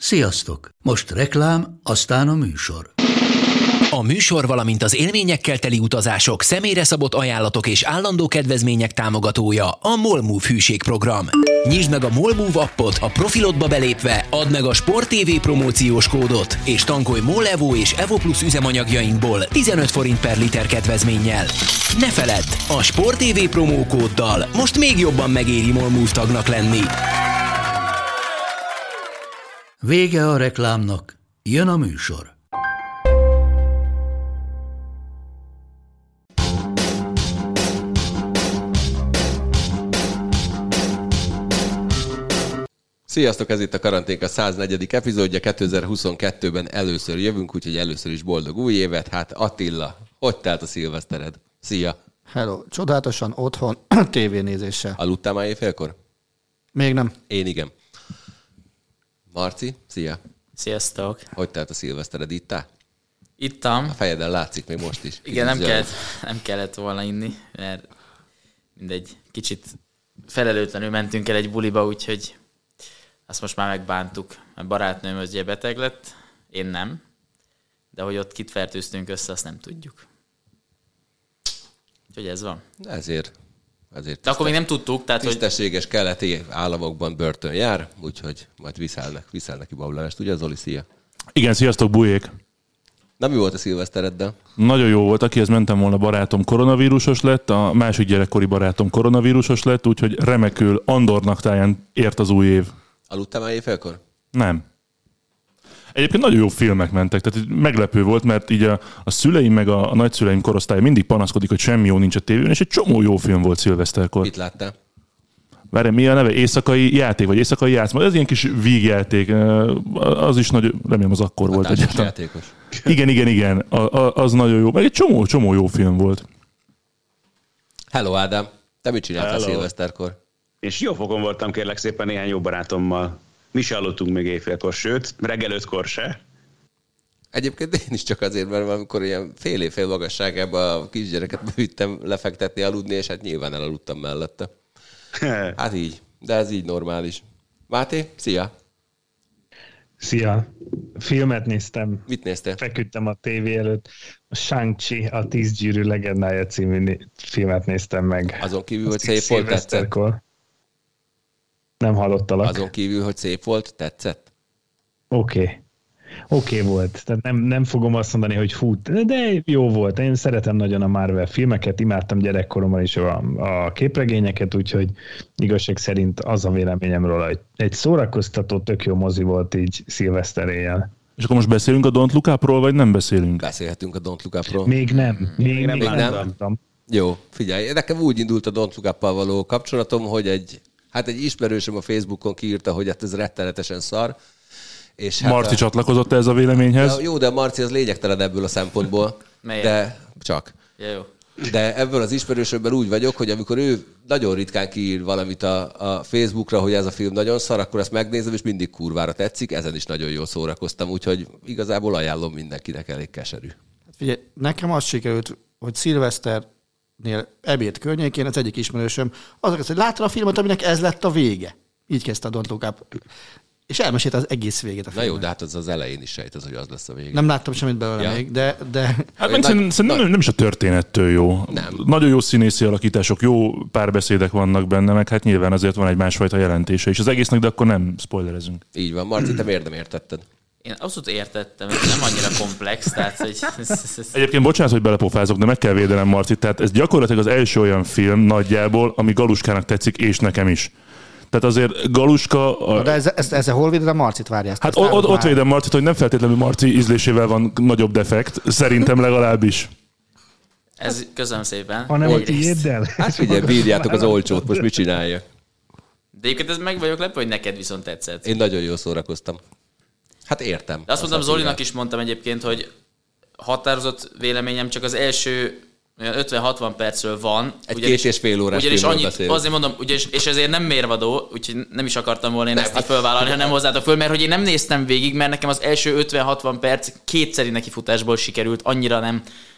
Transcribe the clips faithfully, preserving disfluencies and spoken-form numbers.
Sziasztok! Most reklám, aztán a műsor. A műsor, valamint az élményekkel teli utazások, személyre szabott ajánlatok és állandó kedvezmények támogatója a MOLMOVE hűségprogram. Nyisd meg a MOLMOVE appot, a profilodba belépve add meg a Sport té vé promóciós kódot, és tankolj MOL Evo és Evo Plus üzemanyagjainkból tizenöt forint per liter kedvezménnyel. Ne feledd, a Sport té vé promókóddal most még jobban megéri MOLMOVE tagnak lenni. Vége a reklámnak, jön a műsor. Sziasztok, ez itt a Karanténka száznegyedik epizódja, kétezer-huszonkettőben először jövünk, úgyhogy először is boldog új évet. Hát Attila, hogy telt a szilvesztered? Szia! Hello, csodálatosan otthon tévénézéssel. Aludtál már éjfélkor? Még nem. Én igen. Marci, szia! Sziasztok! Hogy telt a szilvesztered? Ittál? Ittam. A fejeden látszik még most is. Igen, nem kellett, nem kellett volna inni, mert mindegy, kicsit felelőtlenül mentünk el egy buliba, úgyhogy azt most már megbántuk. A barátnőm az ugye beteg lett, én nem, de hogy ott kit fertőztünk össze, azt nem tudjuk. Úgyhogy ez van. Ezért. ezért de akkor még nem tudtuk. Tehát, tisztességes hogy... keleti államokban börtön jár, úgyhogy majd viszelnek, viszelnek ki bablást. Ugye, Zoli, szia? Igen, sziasztok, bujék! Na, mi volt a szilvesztereddel? Nagyon jó volt, akihez mentem volna, barátom koronavírusos lett, a másik gyerekkori barátom koronavírusos lett, úgyhogy remekül Andornak táján ért az új év. Aludtál már éjfélkor? Nem. Egyébként nagyon jó filmek mentek, tehát meglepő volt, mert így a, a szüleim meg a, a nagyszüleim korosztálya mindig panaszkodik, hogy semmi jó nincs a tévén, és egy csomó jó film volt szilveszterkor. Mit láttál? Várj, mi a neve? Éjszakai játék, vagy éjszakai játszma. Ez ilyen kis vígjáték. Az is nagy, remélem az akkor a volt egyáltalán. Játékos. Igen, igen, igen. A, a, az nagyon jó. Meg egy csomó, csomó jó film volt. Hello, Ádám. Te mit csináltál szilveszterkor? És jó fokon voltam, kérlek szépen, néhány jó barátommal. Mi se aludtunk még éjfélkor, sőt, reggel ötkor se. Egyébként én is csak azért, mert amikor ilyen fél évfél magasságában a kisgyereket bevittem lefektetni, aludni, és hát nyilván elaludtam mellette. Hát így, de ez így normális. Máté, szia! Szia! Filmet néztem. Mit néztél? Feküdtem a tévé előtt. A Shang-Chi, a Tíz gyűrű legendája című filmet néztem meg. Azon kívül, hogy szép volt, tetszett? Nem hallottalak. Azon kívül, hogy szép volt, tetszett? Oké. Okay. Oké okay volt. Tehát nem, nem fogom azt mondani, hogy hú, de jó volt. Én szeretem nagyon a Marvel filmeket, imádtam gyerekkoromban is a, a képregényeket, úgyhogy igazság szerint az a véleményem róla, hogy egy szórakoztató, tök jó mozi volt így szilveszter éjjel. És akkor most beszélünk a Don't Look Up-ról, vagy nem beszélünk? Beszélhetünk a Don't Look Up-ról. Még nem. Még, még nem. Még nem. nem. Jó, figyelj, nekem úgy indult a Don't Look Up-pal való kapcsolatom, hogy egy, hát egy ismerősöm a Facebookon kiírta, hogy hát ez rettenetesen szar. És hát Marci a... csatlakozott ez a véleményhez. De, jó, de Marci az lényegtelen ebből a szempontból. Miért? De csak. Ja, jó. De ebből az ismerősömben úgy vagyok, hogy amikor ő nagyon ritkán kiír valamit a, a Facebookra, hogy ez a film nagyon szar, akkor ezt megnézem, és mindig kurvára tetszik. Ezen is nagyon jól szórakoztam, úgyhogy igazából ajánlom mindenkinek, elég keserű. Figyelj, nekem az sikerült, hogy szilveszternél ebéd környékén az egyik ismerősöm az kezdte, hogy láttad a filmet, aminek ez lett a vége. Így kezdte a Don't Look Up. És elmesélte az egész végét a filmnek. Na jó, de hát az az elején is sejtett, hogy az lesz a vége. Nem láttam semmit belőle ja. még, de... de... Hát meg szerintem nagy... nem, nem is a történettől jó. Nem. Nagyon jó színészi alakítások, jó párbeszédek vannak benne, meg hát nyilván azért van egy másfajta jelentése is az egésznek, de akkor nem spoilerezünk. Így van. Marci, te miért nem értetted? Én abszolút értettem, ez nem annyira komplex, tehát hogy... Egyébként bocsánat, hogy belepofázok, de meg kell védenem Marcit, tehát ez gyakorlatilag az első olyan film nagyjából, ami Galuskának tetszik, és nekem is. Tehát azért Galuska... A... De ezzel, ezzel hol véded a Marcit, várjál? Hát ott, ott védem Marcit, hogy nem feltétlenül Marci ízlésével van nagyobb defekt, szerintem legalábbis. Ez köszönöm szépen. Hanem a tiéddel? Hát figyelj, bírjátok az olcsót, most mit csinálja? De egyébként ez meg vagyok lepve, hogy neked viszont tetszett. Én nagyon jól szórakoztam. Hát értem. De azt mondtam, Zolinak is mondtam egyébként, hogy határozott véleményem csak az első ötven-hatvan percről van. Egy ugyanis, két és fél órás ugyanis filmről annyit, beszélünk. azért mondom, ugyanis, és ezért nem mérvadó, úgyhogy nem is akartam volna én nem, ezt hát, fölvállalni, hanem hozzátok föl, mert hogy én nem néztem végig, mert nekem az első ötven-hatvan perc kétszeri nekifutásból sikerült, annyira nem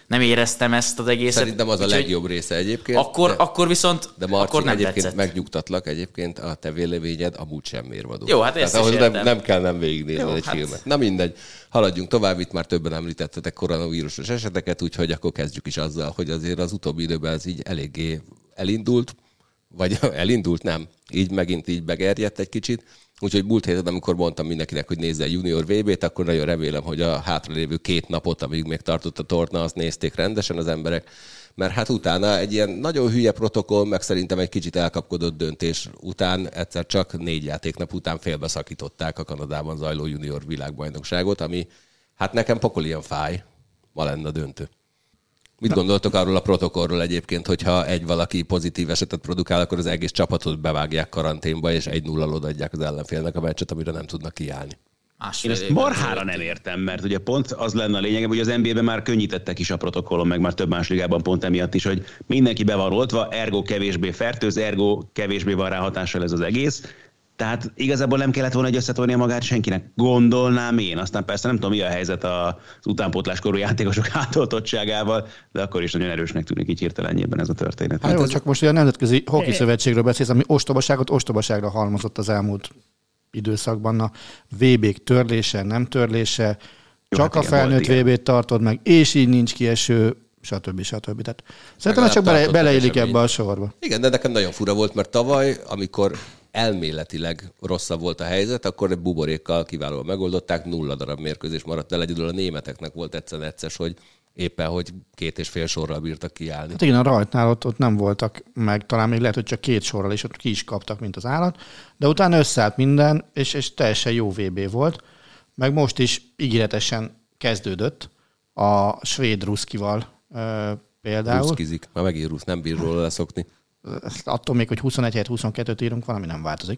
nem éreztem ezt az egészet. Szerintem az a legjobb része egyébként. Akkor, de, akkor viszont de Marci, akkor nem egyébként tetszett. megnyugtatlak, egyébként a te véleményed amúgy sem mérvadó. Jó, hát ezt is nem, értem. nem kell nem végignézni Jó, egy hát... filmet. Na mindegy, haladjunk tovább, itt már többen említettetek koronavírusos eseteket, úgyhogy akkor kezdjük is azzal, hogy azért az utóbbi időben ez így eléggé elindult, vagy elindult, nem, így megint így begerjedt egy kicsit. Úgyhogy múlt héten, amikor mondtam mindenkinek, hogy nézze a Junior vé bét, akkor nagyon remélem, hogy a hátralévő két napot, amíg még tartott a torna, azt nézték rendesen az emberek, mert hát utána egy ilyen nagyon hülye protokoll, meg szerintem egy kicsit elkapkodott döntés után egyszer csak négy játéknap után félbeszakították a Kanadában zajló junior világbajnokságot, ami hát nekem pokolian fáj, ma lenne a döntő. Mit gondoltok arról a protokollról egyébként, hogyha egy valaki pozitív esetet produkál, akkor az egész csapatot bevágják karanténba, és egy nulla odaadják az ellenfélnek a meccset, amire nem tudnak kiállni? Én ezt marhára nem értem, mert ugye pont az lenne a lényeg, hogy az en bé á-ben már könnyítettek is a protokollon, meg már több más ligában pont emiatt is, hogy mindenki be van oltva, ergo kevésbé fertőz, ergo kevésbé van rá hatással ez az egész. Tehát igazából nem kellett volna, hogy összetolnia magát senkinek. Gondolnám én. Aztán persze nem tudom, mi a helyzet az utánpótláskorú játékosok átoltottságával, de akkor is nagyon erősnek tűnik így hirtelenjében ez a történet. Hát, hát jó, ez... csak most a Nemzetközi Hoki Szövetségről beszélsz, ami ostobaságot ostobaságra halmozott az elmúlt időszakban. A vé bék törlése, nem törlése, jó, csak hát a felnőtt vé bét tartod meg, és így nincs kieső, stb. stb. Tehát szerintem csak bele, beleillik ebbe a sorba. Igen, de nekem nagyon fura volt, mert tavaly, amikor elméletileg rosszabb volt a helyzet, akkor egy buborékkal kiválóan megoldották, nulla darab mérkőzés maradt el, egyedül a németeknek volt egyszerűen egyszer, hogy éppen, hogy két és fél sorral bírtak kiállni. Hát igen, a rajtnál ott, ott nem voltak meg, talán még lehet, hogy csak két sorral, és ott ki is kaptak, mint az állat, de utána összeállt minden, és, és teljesen jó vé bé volt, meg most is ígéretesen kezdődött a svéd ruszkival uh, például. Ruszkizik, már megint rusz, nem bír róla leszokni. Attól még, hogy huszonegy helyett huszonkettőt írunk, valami nem változik.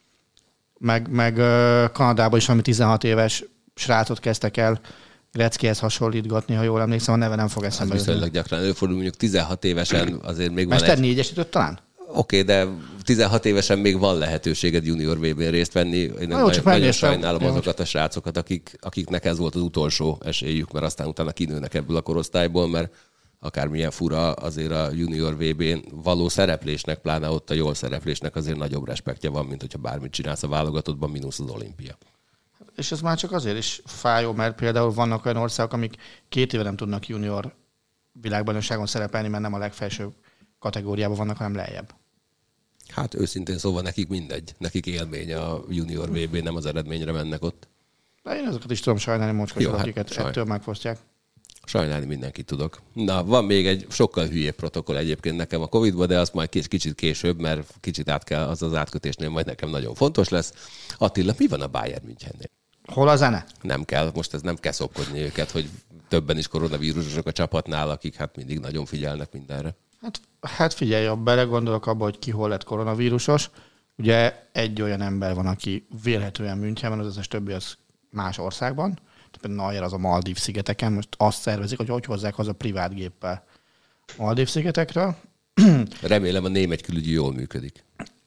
Meg, meg Kanadában is valami tizenhat éves srácot kezdtek el Gretzkyhez hasonlítgatni, ha jól emlékszem, a neve nem fog eszembe jutni. Viszonylag gyakran előfordul, mondjuk tizenhat évesen azért még Mester van egy... négyesített talán? Oké, okay, de tizenhat évesen még van lehetőséged junior vé bén részt venni. Én jó, nagyon, nagyon sajnálom azokat a srácokat, akik, akiknek ez volt az utolsó esélyük, mert aztán utána kinőnek ebből a korosztályból, mert akármilyen fura, azért a junior vé bén való szereplésnek, pláne ott a jól szereplésnek azért nagyobb respektje van, mint hogyha bármit csinálsz a válogatottban, mínusz az olimpia. És ez már csak azért is fájó, mert például vannak olyan országok, amik két éve nem tudnak junior világbajnokságon szerepelni, mert nem a legfelsőbb kategóriában vannak, hanem lejjebb. Hát őszintén szóval nekik mindegy. Nekik élmény a junior vé bé, nem az eredményre mennek ott. De én azokat is tudom sajnálni, mocskosok, akiket hát, ettől megfosztják. Sajnálni mindenkit tudok. Na, van még egy sokkal hülyébb protokoll egyébként nekem a Covidban, de azt majd kicsit később, mert kicsit át kell, az az átkötésnél majd nekem nagyon fontos lesz. Attila, mi van a Bayern Münchennél? Hol a zene? Nem kell, most ez nem kell szopkodni őket, hogy többen is koronavírusosok a csapatnál, akik hát mindig nagyon figyelnek mindenre. Hát, hát figyelj, ha belegondolok abba, hogy ki hol lett koronavírusos, ugye egy olyan ember van, aki vélhetően Münchenben, az összes többi az más országban. Például Neuer az a Maldív-szigeteken, most azt szervezik, hogy hogy hozzák haza privát géppel Maldív-szigetekről. Remélem a német külügyi jól működik.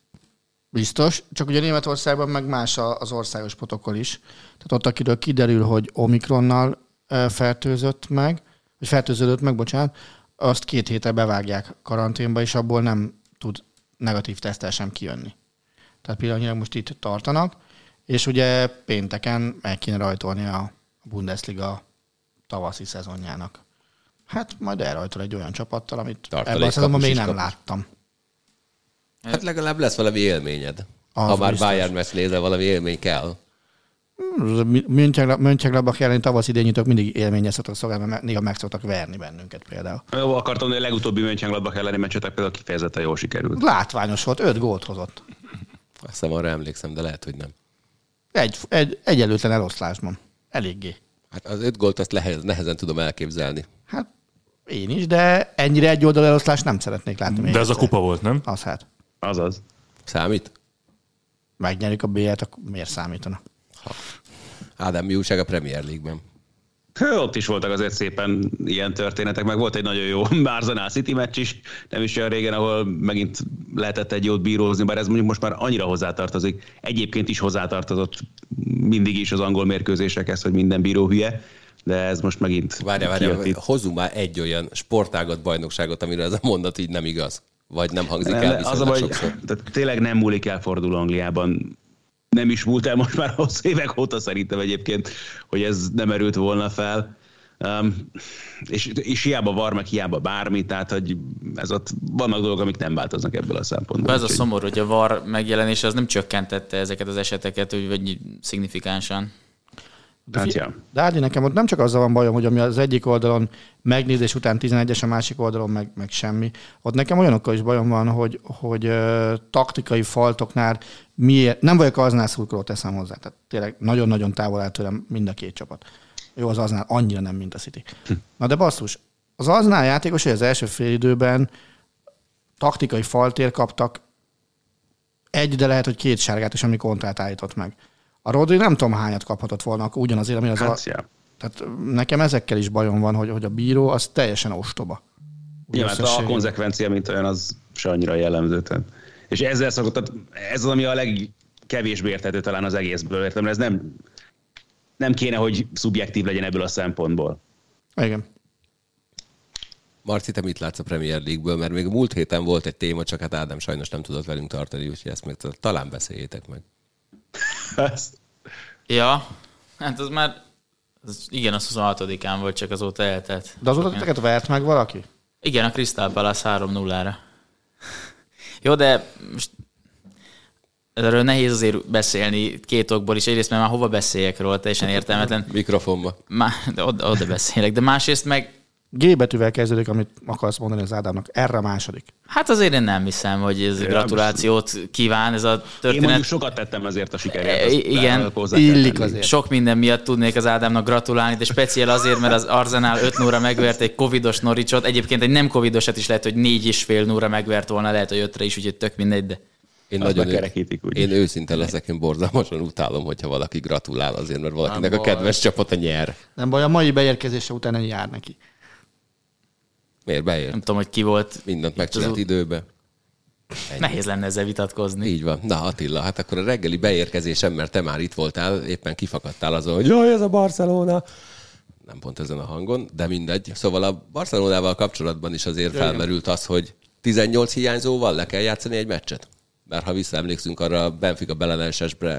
Biztos, csak ugye Németországban meg más az országos protokoll is. Tehát ott, akiről kiderül, hogy Omikronnal fertőzött meg, vagy fertőződött meg, bocsánat, azt két hétre bevágják karanténba, és abból nem tud negatív teszttel sem kijönni. Tehát pillanatnyilag most itt tartanak, és ugye pénteken meg kéne rajtolni a Bundesliga tavaszi szezonjának. Hát majd elrajtol egy olyan csapattal, amit ebben a szezonban még nem kapus. láttam. Hát legalább lesz valami élményed. Az ha már biztos. Bayern Metz nézel, valami élmény kell. Mönchengladbach ellen tavasz idén nyitok mindig élménye szoktak szolgálni, mert néha meg szoktak verni bennünket például. Jó, akartam, hogy a legutóbbi Mönchengladbach elleni meccsetek például kifejezetten jól sikerült. Látványos volt, öt gólt hozott. Azt hiszem, arra emlékszem, de lehet, hogy nem. Egy, egy egyenlőtlen eloszlásban. Eléggé. Hát az öt gólt azt lehez, nehezen tudom elképzelni. Hát én is, de ennyire egy oldal eloszlást nem szeretnék látni. De ez a kupa volt, nem? Az hát. Azaz. Számít? Megnyerjük a bé-et, akkor miért számítana? Ha. Ádám, mi újság a Premier League-ben? Ott is voltak azért szépen ilyen történetek, meg volt egy nagyon jó Arsenal City meccs is, nem is olyan régen, ahol megint lehetett egy jót bírózni, bár ez mondjuk most már annyira hozzátartozik. Egyébként is hozzátartozott mindig is az angol mérkőzésekhez, hogy minden bíró hülye, de ez most megint Várjál, várjál, hozzunk már egy olyan sportágat, bajnokságot, amire ez a mondat így nem igaz. Vagy nem hangzik nem, el az a baj, tehát tényleg nem múlik el fordul Angliában. Nem is múlt el most már hosszú évek óta szerintem egyébként, hogy ez nem erült volna fel. Um, és, és hiába var, meg hiába bármi, tehát hogy ez ott vannak dolgok, amik nem változnak ebből a szempontból. Ez a szomorú, hogy a var megjelenés az nem csökkentette ezeket az eseteket, úgy, vagy szignifikánsan. De, hát, fi- ja. de Ádi, nekem ott nem csak azzal van bajom, hogy ami az egyik oldalon megnézés után tizenegyes, a másik oldalon meg, meg semmi. Ott nekem olyanokkal is bajom van, hogy, hogy uh, taktikai faltoknál miért, nem vagyok aznál szurkoló, teszem hozzá. Tehát tényleg nagyon-nagyon távol áll tőlem mind a két csapat. Jó, az aznál annyira nem, mint a City. Na de basszus, az aznál játékos, hogy az első fél időben taktikai faltér kaptak egy, de lehet, hogy két sárgát is, ami kontrát állított meg. A Rodri nem tudom hányat kaphatott volna, akkor ugyanazért, ami az hát, a... ja. Tehát nekem ezekkel is bajom van, hogy, hogy a bíró az teljesen ostoba. Ja, mert a konzekvencia, mint olyan, az se annyira jellemző. Tehát. És ezzel szokott, tehát ez az, ami a legkevésbé érthető talán az egészből, értem, mert ez nem, nem kéne, hogy szubjektív legyen ebből a szempontból. Igen. Marci, te mit látsz a Premier League-ből? Mert még a múlt héten volt egy téma, csak hát Ádám sajnos nem tudott velünk tartani, úgyhogy ezt még talán beszéljétek meg. Ja, hát az már, az, igen, az huszonhatodikán volt, csak azóta eltelt. De azóta titeket vert meg valaki? Igen, a Crystal Palace három nullára. Jó, de most erről nehéz azért beszélni két okból is. Egyrészt, mert már hova beszéljek róla, teljesen értelmetlen. Mikrofonba. Má, de oda, oda beszélek. De másrészt meg... G betűvel kezdődik, amit akarsz mondani az Ádámnak. Erre a második. Hát azért én nem hiszem, hogy ez Ja, gratulációt kíván ez a történet. Én mondjuk sokat tettem azért a sikerért. Igen, illik azért. Sok minden miatt tudnék az Ádámnak gratulálni, de speciál azért, mert az Arsenal öt nulla megvert egy covidos Norwichot. Egyébként egy nem covidosat is lehet, hogy négy és fél nulla megvert volna, lehet, hogy ötre is, úgyhogy tök mindegy, de... Én, nagyon ő, én őszinte leszek, én borzalmasan utálom, hogyha valaki gratulál azért, mert valakinek nem a kedves baj. Csapata nyer. Nem baj, a mai beérkezése után nem jár neki. Miért beért? Nem tudom, hogy ki volt. Mindent megcsinált az... időbe. Ennyi. Nehéz lenne ezzel vitatkozni. Így van. Na Attila, hát akkor a reggeli beérkezésem, mert te már itt voltál, éppen kifakadtál azon, hogy jaj, ez a Barcelona. Nem pont ezen a hangon, de mindegy. Szóval a Barcelonával kapcsolatban is azért Jöjjön. felmerült az, hogy tizennyolc hiányzóval le kell játszani egy meccset. Mert ha visszaemlékszünk arra a Benfica Belenensesre,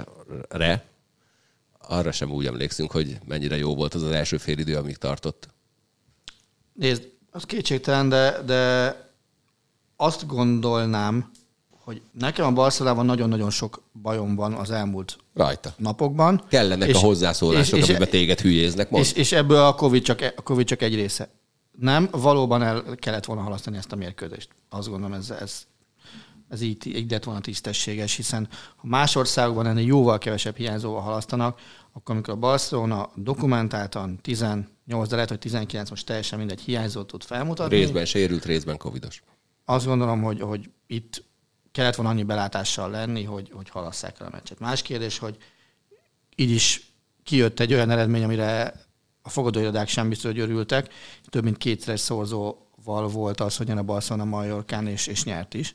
arra sem úgy emlékszünk, hogy mennyire jó volt az az első félidő, amíg tartott. Nézd, az kétségtelen, de, de azt gondolnám, hogy nekem a Barcelonában nagyon-nagyon sok bajom van az elmúlt Rajta. napokban. Kellenek és, a hozzászólások, és, és, amiben téged hülyéznek. És, és ebből a Covid, csak, a Covid csak egy része. Nem, valóban el kellett volna halasztani ezt a mérkőzést. Azt gondolom, ez, ez, ez így, így lett volna tisztességes, hiszen ha más országokban ennél jóval kevesebb hiányzóval halasztanak, akkor amikor a Barcelona dokumentáltan tizennyolc, de lehet, hogy tizenkilenc, most teljesen mindegy hiányzót tud felmutatni. Részben sérült, részben covidos. Azt gondolom, hogy, hogy itt kellett volna annyi belátással lenni, hogy, hogy halasszák el a meccset. Más kérdés, hogy így is kijött egy olyan eredmény, amire a fogadóirodák sem biztos, hogy örültek. Több mint kétszeres szorzóval volt az, hogy jön a Barcelona Majorkán, és, és nyert is.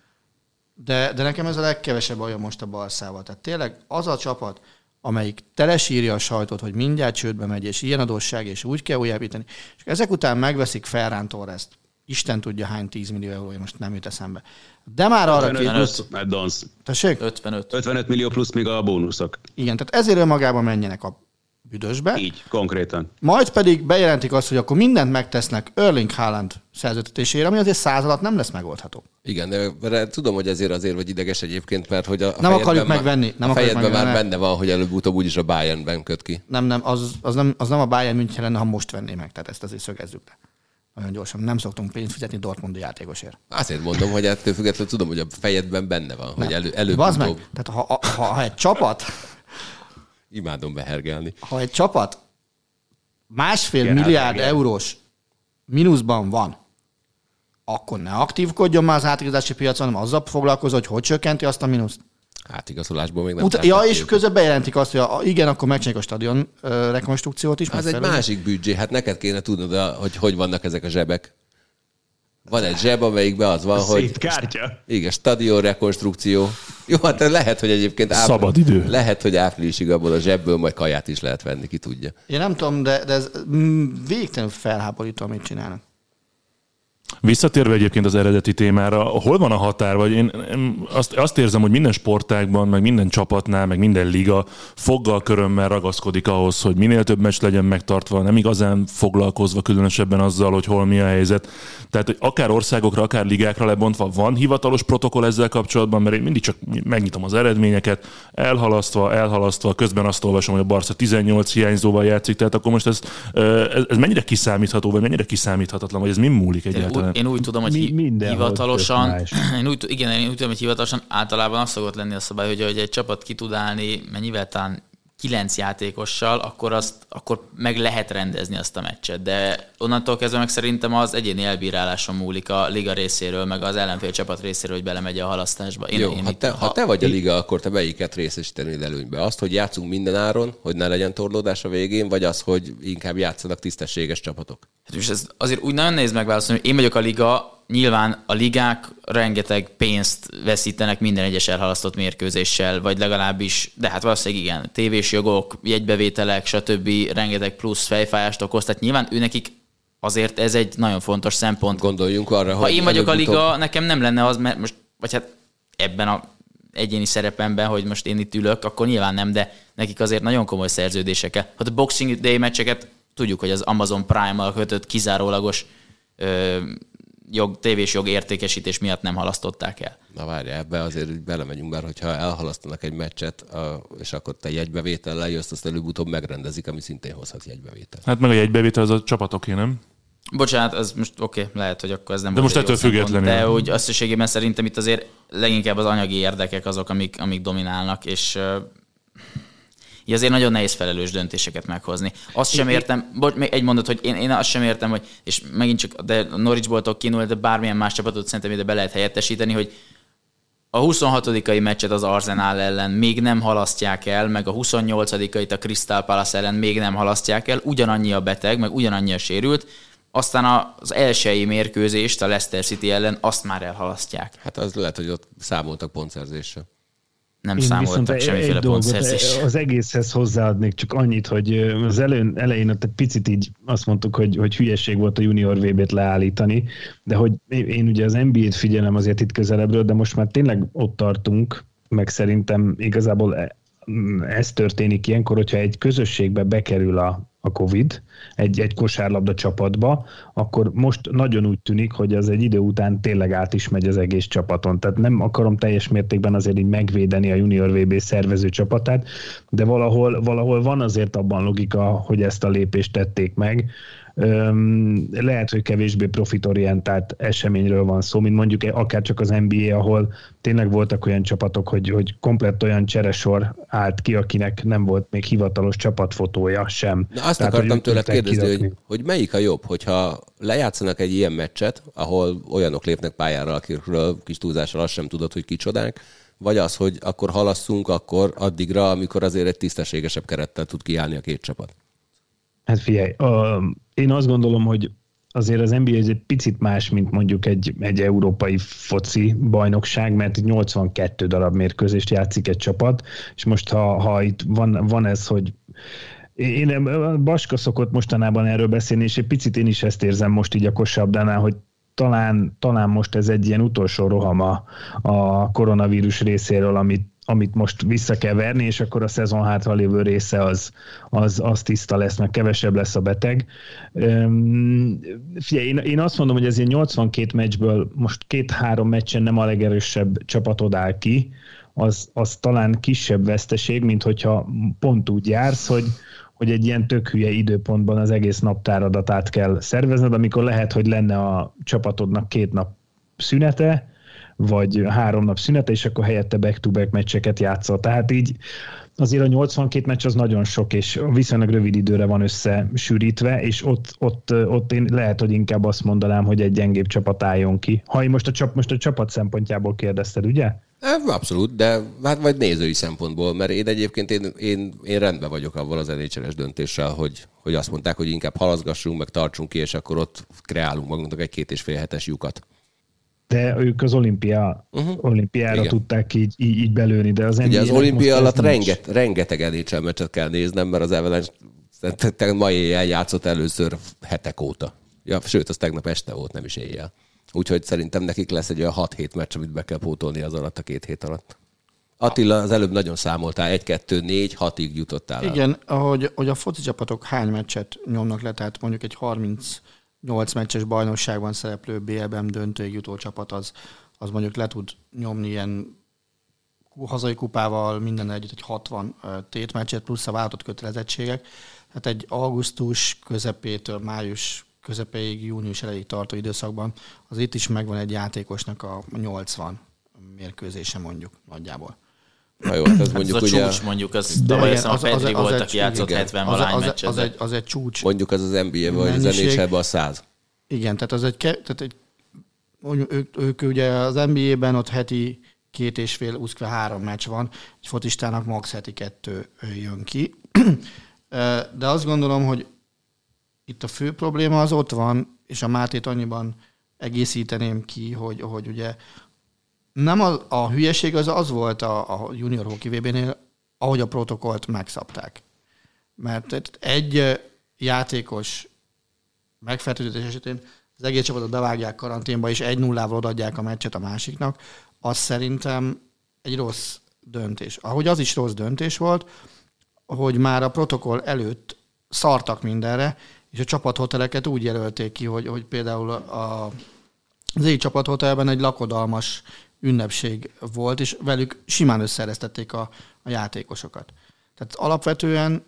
De, de nekem ez a legkevesebb olyan most a Barszával. Tehát tényleg az a csapat, amelyik telesírja a sajtót, hogy mindjárt csődbe megy, és ilyen adósság, és úgy kell újjáépíteni, és ezek után megveszik Ferran Torrest. Isten tudja hány tíz millió eurója, most nem jut eszembe. De már arra két... Tessék? ötvenöt. ötvenöt millió plusz még a bónuszok. Igen, tehát ezért önmagában menjenek a büdösbe. Így, konkrétan. Majd pedig bejelentik azt, hogy akkor mindent megtesznek Erling Haaland szerződtetésére, ami azért száz alatt nem lesz megoldható. Igen, de tudom, hogy ezért azért vagy ideges egyébként, mert hogy a, a nem akarjuk megvenni. Nem a fejedben már megvenni. benne van, hogy előbb-utóbb úgyis a Bayernben köt ki. Nem, nem, az, az nem, az nem a Bayern München lenne, ha most venné meg. Tehát ezt azért szögezzük le. Nagyon gyorsan. Nem szoktunk pénzt fizetni Dortmundi játékosért. Azért mondom, hogy ettől függetlenül tudom, hogy a fejedben benne van, nem. hogy elő, előbb-utóbb. Meg, tehát ha, ha, ha egy csapat... Imádom behergelni. Ha egy csapat másfél Gerard milliárd Gerard. eurós mínuszban van, akkor ne aktívkodjon már az átigazási piacon, hanem azzal foglalkozó, hogy hogy csökkenti azt a mínuszt. Átigazolásból még nem Ut- Ja, és közben bejelentik azt, hogy a, igen, akkor megcsináljuk a stadion uh, rekonstrukciót is. Az egy másik büdzsé. Hát neked kéne tudnod, hogy hogy vannak ezek a zsebek. Van egy zseb, amelyikben az van, hogy... Szétkártya. Igen, stadion rekonstrukció. Jó, hát lehet, hogy egyébként... Április, Szabad idő. Lehet, hogy áprilisig abból a zsebből majd kaját is lehet venni, ki tudja. Én nem tudom, de, de ez végtelenül felháborító, amit csinálnak. Visszatérve egyébként az eredeti témára, hol van a határ? Vagy én azt, azt érzem, hogy minden sportágban, meg minden csapatnál, meg minden liga foggal körömmel ragaszkodik ahhoz, hogy minél több meccs legyen megtartva, nem igazán foglalkozva különösebben azzal, hogy hol mi a helyzet. Tehát, hogy akár országokra, akár ligákra lebontva van hivatalos protokoll ezzel kapcsolatban, mert én mindig csak megnyitom az eredményeket, elhalasztva, elhalasztva, közben azt olvasom, hogy a Barca tizennyolc hiányzóval játszik, tehát akkor most ez, ez, ez mennyire kiszámítható, vagy mennyire kiszámíthatatlan, vagy ez mi múlik egyáltalán? Én úgy tudom, hogy Mi, hivatalosan, én úgy, igen, én úgy tudom, hogy hivatalosan általában az szokott lenni a szabály, hogy, hogy egy csapat ki tud állni, mennyivel talán kilenc játékossal, akkor, azt, akkor meg lehet rendezni azt a meccset. De onnantól kezdve meg szerintem az egyéni elbíráláson múlik a liga részéről, meg az ellenfél csapat részéről, hogy belemegy a halasztásba. Én, Jó, én ha, itt, te, ha te vagy a liga, akkor te melyiket részesítenéd előnybe? Azt, hogy játszunk minden áron, hogy ne legyen torlódás a végén, vagy az, hogy inkább játszanak tisztességes csapatok? Hát és ez azért úgy nagyon nehéz megválaszolni, hogy én vagyok a liga, nyilván a ligák rengeteg pénzt veszítenek minden egyes elhalasztott mérkőzéssel, vagy legalábbis, de hát valószínűleg igen, tévés jogok, jegybevételek, stb. Rengeteg plusz fejfájást okoz, tehát nyilván őnekik azért ez egy nagyon fontos szempont. Gondoljunk arra, ha hogy... Ha én vagyok a liga, utóbb... nekem nem lenne az, mert most, vagy hát ebben a egyéni szerepemben, hogy most én itt ülök, akkor nyilván nem, de nekik azért nagyon komoly szerződésekkel. Hát a Boxing Day meccseket tudjuk, hogy az Amazon Prime-mal kötött kizárólagos ö, jog, tévés jog értékesítés miatt nem halasztották el. Na várjál, ebbe azért belemegyünk már, hogyha elhalasztanak egy meccset, a, és akkor te jegybevétellel jössz, azt előbb-utóbb megrendezik, ami szintén hozhat jegybevétel. Hát meg a jegybevétel az a csapatoké, nem? Bocsánat, az most oké, okay, lehet, hogy akkor ez nem... De most ettől függetlenül. De úgy összességében szerintem itt azért leginkább az anyagi érdekek azok, amik, amik dominálnak, és uh, azért nagyon nehéz felelős döntéseket meghozni. Azt sem értem, bocs, még egy mondat, hogy én, én azt sem értem, hogy, és megint csak, de Norwichból tudok kinulni, de bármilyen más csapatot szerintem ide be lehet helyettesíteni, hogy a huszonhatodikai meccset az Arsenal ellen még nem halasztják el, meg a huszonnyolcadikait a Crystal Palace ellen még nem halasztják el, ugyanannyi a beteg, meg ugyanannyi a sérült, aztán az elsői mérkőzést a Leicester City ellen azt már elhalasztják. Hát az lehet, hogy ott számoltak pontszerzéssel. Nem Én számoltak semmiféle pontszerzés. Az egészhez hozzáadnék csak annyit, hogy az elején, elején ott egy picit így azt mondtuk, hogy, hogy hülyeség volt a junior vé bét leállítani, de hogy én ugye az en bé á-t figyelem azért itt közelebbről, de most már tényleg ott tartunk, meg szerintem igazából ez történik ilyenkor, hogyha egy közösségbe bekerül a, a Covid egy, egy kosárlabda csapatba, akkor most nagyon úgy tűnik, hogy az egy idő után tényleg át is megy az egész csapaton. Tehát nem akarom teljes mértékben azért így megvédeni a junior vé bé szervező csapatát, de valahol, valahol van azért abban logika, hogy ezt a lépést tették meg. Öm, lehet, hogy kevésbé profitorientált eseményről van szó, mint mondjuk akár csak az en bé á, ahol tényleg voltak olyan csapatok, hogy, hogy komplett olyan cseresor állt ki, akinek nem volt még hivatalos csapatfotója sem. Na azt Tehát, akartam tőled kérdezni, kirakni. hogy, hogy melyik a jobb, hogyha lejátszanak egy ilyen meccset, ahol olyanok lépnek pályára, akikről kis túlzással azt sem tudod, hogy kicsodák, vagy az, hogy akkor halasszunk akkor addigra, amikor azért egy tisztességesebb kerettel tud kiállni a két csapat. Hát figyelj, a, én azt gondolom, hogy azért az en bé á egy picit más, mint mondjuk egy, egy európai foci bajnokság, mert nyolcvankettő darab mérkőzést játszik egy csapat, és most ha, ha itt van, van ez, hogy én Baska szokott mostanában erről beszélni, és egy picit én is ezt érzem most így a kosabdánál, hogy talán, talán most ez egy ilyen utolsó rohama a koronavírus részéről, amit amit most vissza kell verni, és akkor a szezon hátra lévő része az, az, az tiszta lesz, meg kevesebb lesz a beteg. Üm, figyelj, én, én azt mondom, hogy ez ilyen nyolcvankét meccsből most két-három meccsen nem a legerősebb csapatod áll ki, az, az talán kisebb veszteség, mint hogyha pont úgy jársz, hogy, hogy egy ilyen tök hülye időpontban az egész naptáradat át kell szervezned, amikor lehet, hogy lenne a csapatodnak két nap szünete, vagy három nap szünete, és akkor helyette back-to-back meccseket játszol. Tehát így azért a nyolcvankét meccs az nagyon sok, és viszonylag rövid időre van összesűrítve, és ott, ott, ott én lehet, hogy inkább azt mondanám, hogy egy gyengébb csapat álljon ki. Ha én most a, csap, most a csapat szempontjából kérdezted, ugye? Abszolút, de hát vagy nézői szempontból, mert én egyébként én, én, én rendben vagyok avval az en há el-es döntéssel, hogy, hogy azt mondták, hogy inkább halaszgassunk, meg tartsunk ki, és akkor ott kreálunk magunknak egy két és fél hetes lyukat. De ők az olimpia, uh-huh. olimpiára Igen. tudták így, így, így belőni, de az en bé á-nek ugye az olimpia alatt renget, nincs. rengeteg en há el meccset kell néznem, mert az Avalanche ma éjjel játszott először hetek óta. Ja, sőt, az tegnap este volt, nem is éjjel. Úgyhogy szerintem nekik lesz egy olyan hat-hét meccs, amit be kell pótolni az alatt a két hét alatt. Attila, az előbb nagyon számoltál, egy, kettő, négy, hatig jutottál el. Igen, ahogy, hogy a foci csapatok hány meccset nyomnak le, tehát mondjuk egy harmincnyolc meccses bajnokságban szereplő bé el bé-m döntőig jutó csapat, az, az mondjuk le tud nyomni ilyen hazai kupával minden együtt egy hatvan tétmeccset, plusz a váltott kötelezettségek. Tehát egy augusztus közepétől május közepéig, június elejéig tartó időszakban az itt is megvan egy játékosnak a nyolcvan mérkőzése mondjuk nagyjából. Na jó, ez mondjuk az a ugye... csúcs mondjuk, az tavaly azt a Petri volt, aki játszott hetven-valahány meccset. Az, az, az egy csúcs. Mondjuk az az en bé á-ben, vagy az en há el-ben a száz. Igen, tehát az egy, tehát egy ők, ők ugye az en bé á-ben ott heti két és fél, úszkve három meccs van, egy fotistának max heti kettő jön ki. De azt gondolom, hogy itt a fő probléma az ott van, és a Mátét annyiban egészíteném ki, hogy, hogy ugye nem a, a hülyeség az az volt a, a junior hockey vé bé-nél, ahogy a protokollt megszabták. Mert egy játékos megfertőzés esetén az egész csapatot bevágják karanténba, és egy nullával odaadják a meccset a másiknak, az szerintem egy rossz döntés. Ahogy az is rossz döntés volt, hogy már a protokoll előtt szartak mindenre, és a csapathoteleket úgy jelölték ki, hogy, hogy például a, az egyik csapathotelben egy lakodalmas ünnepség volt, és velük simán összeeresztették a, a játékosokat. Tehát alapvetően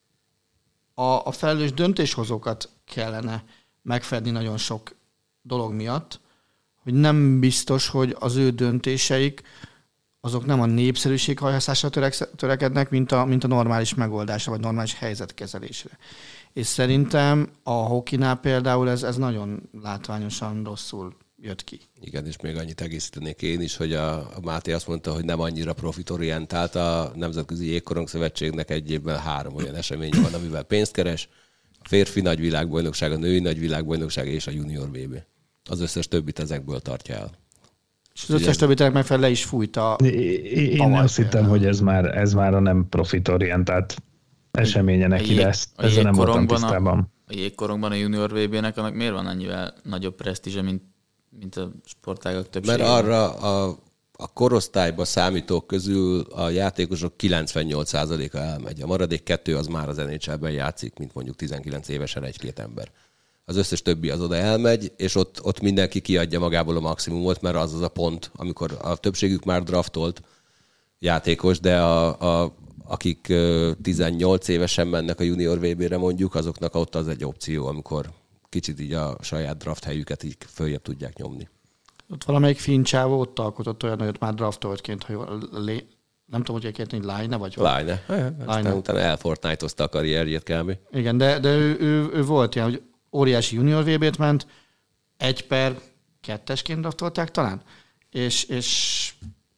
a, a felelős döntéshozókat kellene megfedni nagyon sok dolog miatt, hogy nem biztos, hogy az ő döntéseik azok nem a népszerűség hajhászásra törekednek, mint a, mint a normális megoldásra, vagy normális helyzetkezelésre. És szerintem a hokinál például ez, ez nagyon látványosan rosszul jött ki. Igen, és még annyit egészítenék én is, hogy a, a Máté azt mondta, hogy nem annyira profitorientált. A Nemzetközi Jégkorong Szövetségnek egy évben három olyan eseménye van, amivel pénzt keres. A férfi nagyvilágbajnokság, a női nagyvilágbajnokság és a junior vé bé. Az összes többit ezekből tartja el. És az összes többit megfelelően le is fújta. Én azt hittem, hogy ez már, ez már a nem profitorientált eseménye neki, de ezt, ezzel nem voltam tisztában. A, a jégkorongban a junior vé bé-nek annak miért van annyivel nagyobb presztízse, mint, mint a sportágak többsége? Mert arra a, a korosztályba számítók közül a játékosok kilencvennyolc százaléka elmegy. A maradék kettő az már az en há el-ben játszik, mint mondjuk tizenkilenc évesen egy-két ember. Az összes többi az oda elmegy, és ott, ott mindenki kiadja magából a maximumot, mert az az a pont, amikor a többségük már draftolt játékos, de a, a, akik tizennyolc évesen mennek a junior vé bé-re mondjuk, azoknak ott az egy opció, amikor kicsit így a saját draft helyüket így följebb tudják nyomni. Ott valamelyik fincsávó ott alkotott olyan, hogy már draftoltként, hogy lé... nem tudom, hogy egyébként Line vagy? Line. Aztán utána elfortnite-ozta a karrierjét kb. Igen, de, de ő, ő, ő volt ilyen, hogy óriási junior vé bé-t ment, egy per kettesként draftolták talán, és, és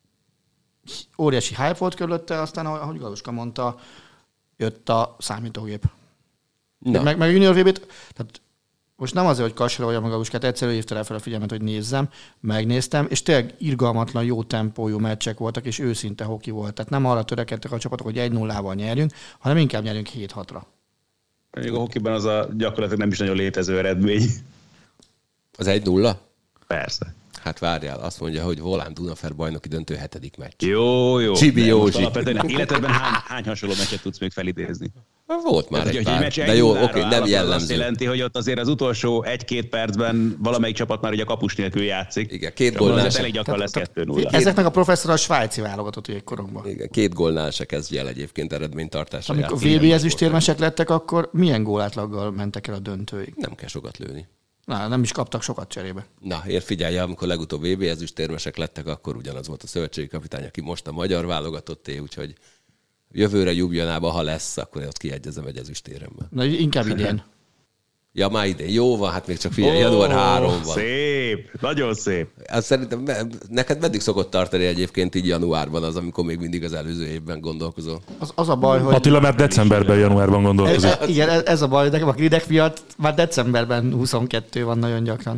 óriási hype volt körülötte, aztán, ahogy Galuska mondta, jött a számítógép. Meg, meg a junior vé bé-t, tehát most nem azért, hogy kassaroljam a Galuskát, egyszerűen hívta rá fel a figyelmet, hogy nézzem, megnéztem, és tényleg irgalmatlan jó tempójú meccsek voltak, és őszinte hoki volt. Tehát nem arra törekedtek a csapatok, hogy egy nullával nyerjünk, hanem inkább nyerjünk hét hatra. Még a hokiban az a gyakorlatilag nem is nagyon létező eredmény. Az egy nulla? Persze. Hát várjál, azt mondja, hogy Volán Dunafer bajnoki döntő hetedik meccs. Jó, jó. Csibi Józsi. Alapvetően életedben hány, hány hasonló meccset tudsz még felidézni? Volt már tehát, egy pár. pár. Egy de jó, oké, okay, nem jellemző. Azt jelenti, hogy ott azért az utolsó egy-két percben valamelyik csapat már ugye kapus nélkül játszik. Igen, két gólnál se. Elég gyakran lesz kettő nulla. Ezeknek a professzor a svájci válogatott jégkorongban. Igen, két gólnál se kezdje el egyébként eredménytartásra. Amikor vé bé ezüstérmesek lettek, akkor milyen gólátlaggal mentek el a döntőig? Nem kell sokat lőni. Na, nem is kaptak sokat cserébe. Na, ér figyelje, amikor legutóbb vé bé ezüstérmesek lettek, akkor ugyanaz volt a szövetségi kapitány, aki most a magyar válogatotté, úgyhogy jövőre Ljubljanába, ha lesz, akkor ott kiegyezem egy ezüstérembe. Na, inkább idén. Ja, már idén. Jó van, hát még csak figyelj, január harmadika van. Szép, nagyon szép. Azt szerintem neked meddig szokott tartani egyébként így januárban az, amikor még mindig az előző évben gondolkozol? Az, az a baj, hogy... Attila már decemberben, januárban gondolkozik. Ez, igen, ez, ez a baj, nekem a gridek miatt már decemberben huszonkettő van nagyon gyakran.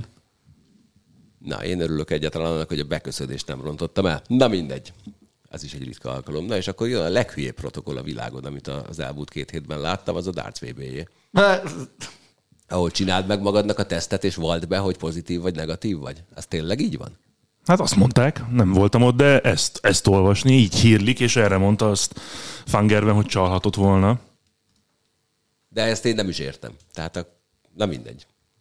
Na, én örülök egyáltalán annak, hogy a beköszödést nem rontottam el. Na mindegy. Ez is egy ritka alkalom. Na és akkor jön a leghülyébb protokoll a világon, amit az elmúlt két hétben láttam, az a darts vé bé-jé. Ahol csináld meg magadnak a tesztet, és vald be, hogy pozitív vagy negatív vagy. Ez tényleg így van? Hát azt mondták, nem voltam ott, de ezt, ezt olvasni, így hírlik, és erre mondta azt Fangerben, hogy csalhatott volna. De ezt én nem is értem. Tehát a... na mindegy.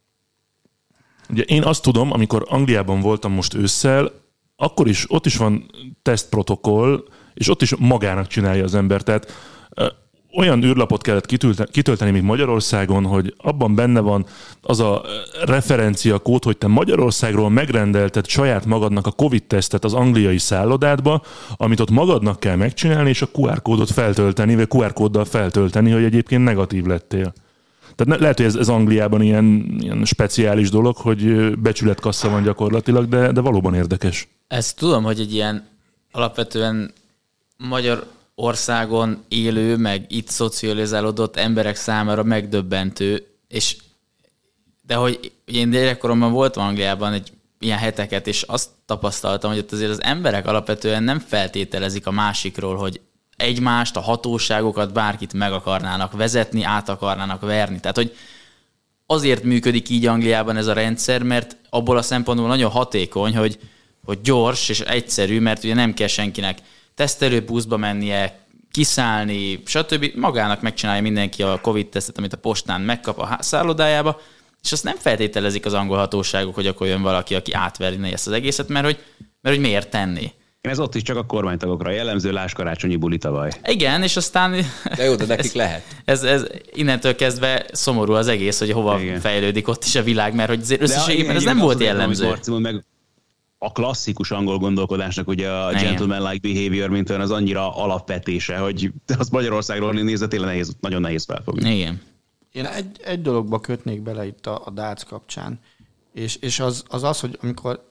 Ugye én azt tudom, amikor Angliában voltam most ősszel, akkor is, ott is van tesztprotokoll, és ott is magának csinálja az ember. Tehát ö, olyan űrlapot kellett kitölteni, kitölteni, mint Magyarországon, hogy abban benne van az a referenciakód, hogy te Magyarországról megrendelted saját magadnak a Covid-tesztet az angliai szállodádba, amit ott magadnak kell megcsinálni, és a kú er kódot feltölteni, vagy kú er kóddal feltölteni, hogy egyébként negatív lettél. Tehát lehet, hogy ez, ez Angliában ilyen, ilyen speciális dolog, hogy becsületkassa van gyakorlatilag, de, de valóban érdekes. Ezt tudom, hogy egy ilyen alapvetően Magyarországon élő, meg itt szocializálódott emberek számára megdöbbentő, és de hogy én gyerekkoromban voltam Angliában egy ilyen heteket, és azt tapasztaltam, hogy ott azért az emberek alapvetően nem feltételezik a másikról, hogy egymást, a hatóságokat, bárkit meg akarnának vezetni, át akarnának verni. Tehát, hogy azért működik így Angliában ez a rendszer, mert abból a szempontból nagyon hatékony, hogy, hogy gyors és egyszerű, mert ugye nem kell senkinek tesztelőbuszba mennie, kiszállni, stb. Magának megcsinálja mindenki a Covid-tesztet, amit a postán megkap a szállodájába, és azt nem feltételezik az angol hatóságok, hogy akkor jön valaki, aki átverni ezt az egészet, mert hogy, mert hogy miért tenni. Ez ott is csak a kormánytagokra jellemző, lás karácsonyi buli tavaly. Igen, és aztán... De jó, de nekik ez, lehet. Ez, ez innentől kezdve szomorú az egész, hogy hova igen. fejlődik ott is a világ, mert hogy összességében ez nem volt jellemző. Marci, meg a klasszikus angol gondolkodásnak ugye a igen. gentleman-like behavior, mint olyan az annyira alapvetése, hogy az Magyarországról nézve tényleg nehéz, nagyon nehéz felfogni. Igen. Én egy, egy dologba kötnék bele itt a, a darts kapcsán, és, és az, az az, hogy amikor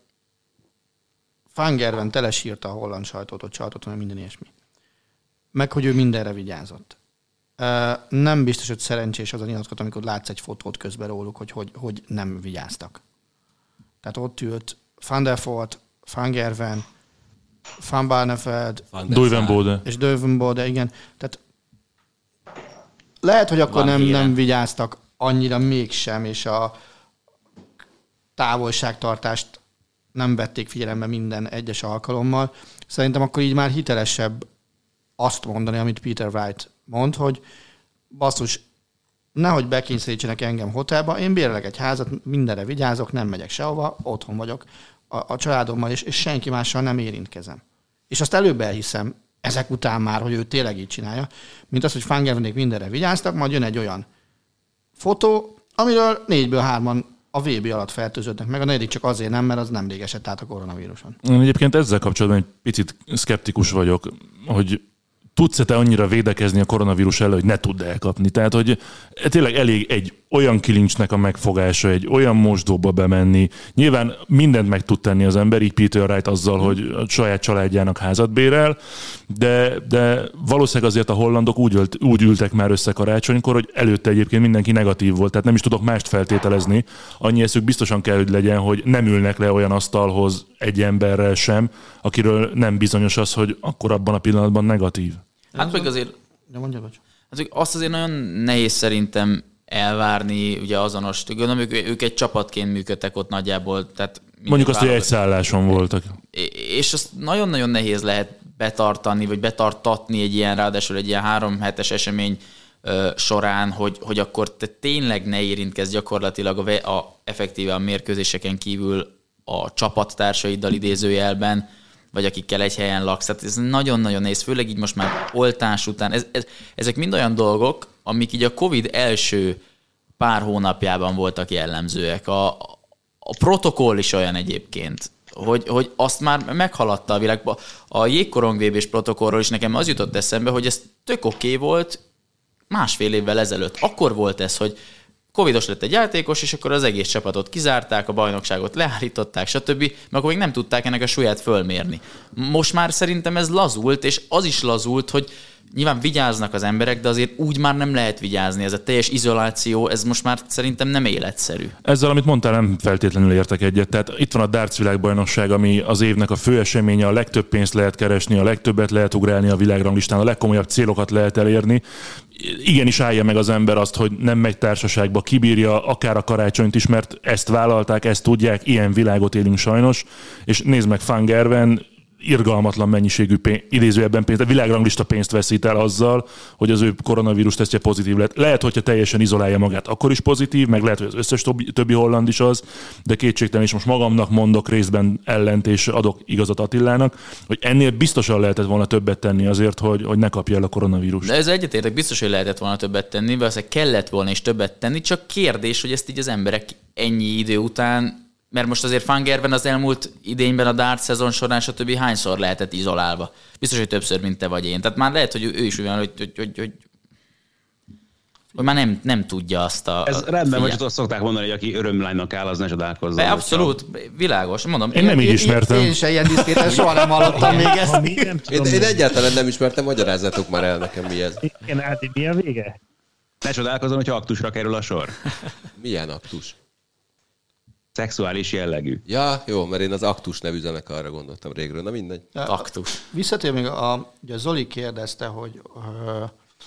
Fangerven telesírta a holland sajtót, hogy csaltott, meg minden ilyesmi. Meg, hogy ő mindenre vigyázott. Nem biztos, hogy szerencsés az a nyilatkozat, amikor látsz egy fotót közben róluk, hogy, hogy, hogy nem vigyáztak. Tehát ott ült Van der Voort, Fangerven, Van Barneveld, Duivenbode. És Duivenbode, igen. Tehát lehet, hogy akkor nem, nem vigyáztak annyira mégsem, és a távolságtartást nem vették figyelembe minden egyes alkalommal. Szerintem akkor így már hitelesebb azt mondani, amit Peter Wright mond, hogy basszus, nehogy bekényszerítsenek engem hotelba, én bérelek egy házat, mindenre vigyázok, nem megyek sehova, otthon vagyok a, a családommal, és, és senki mással nem érintkezem. És azt előbb elhiszem, ezek után már, hogy ő tényleg így csinálja, mint az, hogy Fangervenék mindenre vigyáztak, majd jön egy olyan fotó, amiről négyből hárman a vé bé alatt fertőződnek meg, a negyedik csak azért nem, mert az nemrég esett át a koronavíruson. Én egyébként ezzel kapcsolatban egy picit szkeptikus vagyok, hogy tudsz-e te annyira védekezni a koronavírus ellen, hogy ne tudd elkapni. Tehát, hogy tényleg elég egy olyan kilincsnek a megfogása, egy olyan mosdóba bemenni. Nyilván mindent meg tud tenni az ember, így Peter Wright azzal, hogy a saját családjának házat bérel, de, de valószínűleg azért a hollandok úgy, ölt, úgy ültek már össze karácsonykor, hogy előtte egyébként mindenki negatív volt, tehát nem is tudok mást feltételezni. Annyi eszük biztosan kell, hogy legyen, hogy nem ülnek le olyan asztalhoz egy emberrel sem, akiről nem bizonyos az, hogy akkor abban a pillanatban negatív. Hát meg azért, ja, mondja, bocs. Hát azt azért nagyon nehéz szerintem elvárni, ugye azonos, gondolom, ők, ők egy csapatként működtek ott nagyjából. Tehát mondjuk azt, hogy egy szálláson voltak. És azt nagyon-nagyon nehéz lehet betartani, vagy betartatni egy ilyen, ráadásul egy ilyen három hetes esemény ö, során, hogy, hogy akkor te tényleg ne érintkezz gyakorlatilag a, a, effektíve a mérkőzéseken kívül a csapattársaiddal idézőjelben, vagy akikkel egy helyen laksz. Tehát ez nagyon-nagyon nehéz, főleg így most már oltás után. Ez, ez, ezek mind olyan dolgok, amik így a Covid első pár hónapjában voltak jellemzőek. A, a protokoll is olyan egyébként, hogy, hogy azt már meghaladta a világba. A jégkorong vé bés protokollról is nekem az jutott eszembe, hogy ez tök oké volt másfél évvel ezelőtt. Akkor volt ez, hogy Covidos lett egy játékos, és akkor az egész csapatot kizárták, a bajnokságot leállították, stb. Mert akkor még nem tudták ennek a súlyát fölmérni. Most már szerintem ez lazult, és az is lazult, hogy nyilván vigyáznak az emberek, de azért úgy már nem lehet vigyázni. Ez a teljes izoláció, ez most már szerintem nem életszerű. Ezzel, amit mondtál, nem feltétlenül értek egyet. Tehát itt van a darts világbajnokság, ami az évnek a fő eseménye, a legtöbb pénzt lehet keresni, a legtöbbet lehet ugrálni a világranglistán, a legkomolyabb célokat lehet elérni. Igenis állja meg az ember azt, hogy nem megy társaságba, kibírja akár a karácsonyt is, mert ezt vállalták, ezt tudják, ilyen világot élünk sajnos. És nézd meg Van Gerwen, irgalmatlan mennyiségű pénz, idézőjelben pénzt, a világranglista pénzt veszít el azzal, hogy az ő koronavírus tesztje pozitív lett. Lehet, hogyha teljesen izolálja magát, akkor is pozitív, meg lehet, hogy az összes többi, többi holland is az, de kétségtelen is most magamnak mondok részben ellent, és adok igazat Attilának, hogy ennél biztosan lehetett volna többet tenni azért, hogy, hogy ne kapja el a koronavírust. De ez egyetértek, biztos, hogy lehetett volna többet tenni, valószínűleg kellett volna is többet tenni, csak kérdés, hogy ezt így az emberek ennyi idő után, mert most azért Van Gerwen az elmúlt idényben a dart szezon során, stb. Hányszor lehetett izolálva? Biztos, hogy többször, mint te vagy én. Tehát már lehet, hogy ő is olyan, hogy, hogy, hogy, hogy, hogy már nem, nem tudja azt a... Ez rendben, hogy azt szokták mondani, hogy aki örömlánynak áll, az ne csodálkozzon. De abszolút, világos. Mondom, én nem így ismertem. Én, én se ilyen diszkéten soha nem hallottam még ezt. Én, én egyáltalán nem ismertem, magyarázzatok már el nekem, mi ez. Igen, Ádi, mi a vége? Ne csodálkozzon, hogyha aktusra kerül a sor. Milyen aktus? Szexuális jellegű. Ja, jó, mert én az aktus nevű zenekarra gondoltam régről, na mindegy. Aktus. Visszatér még, a, ugye Zoli kérdezte, hogy ö,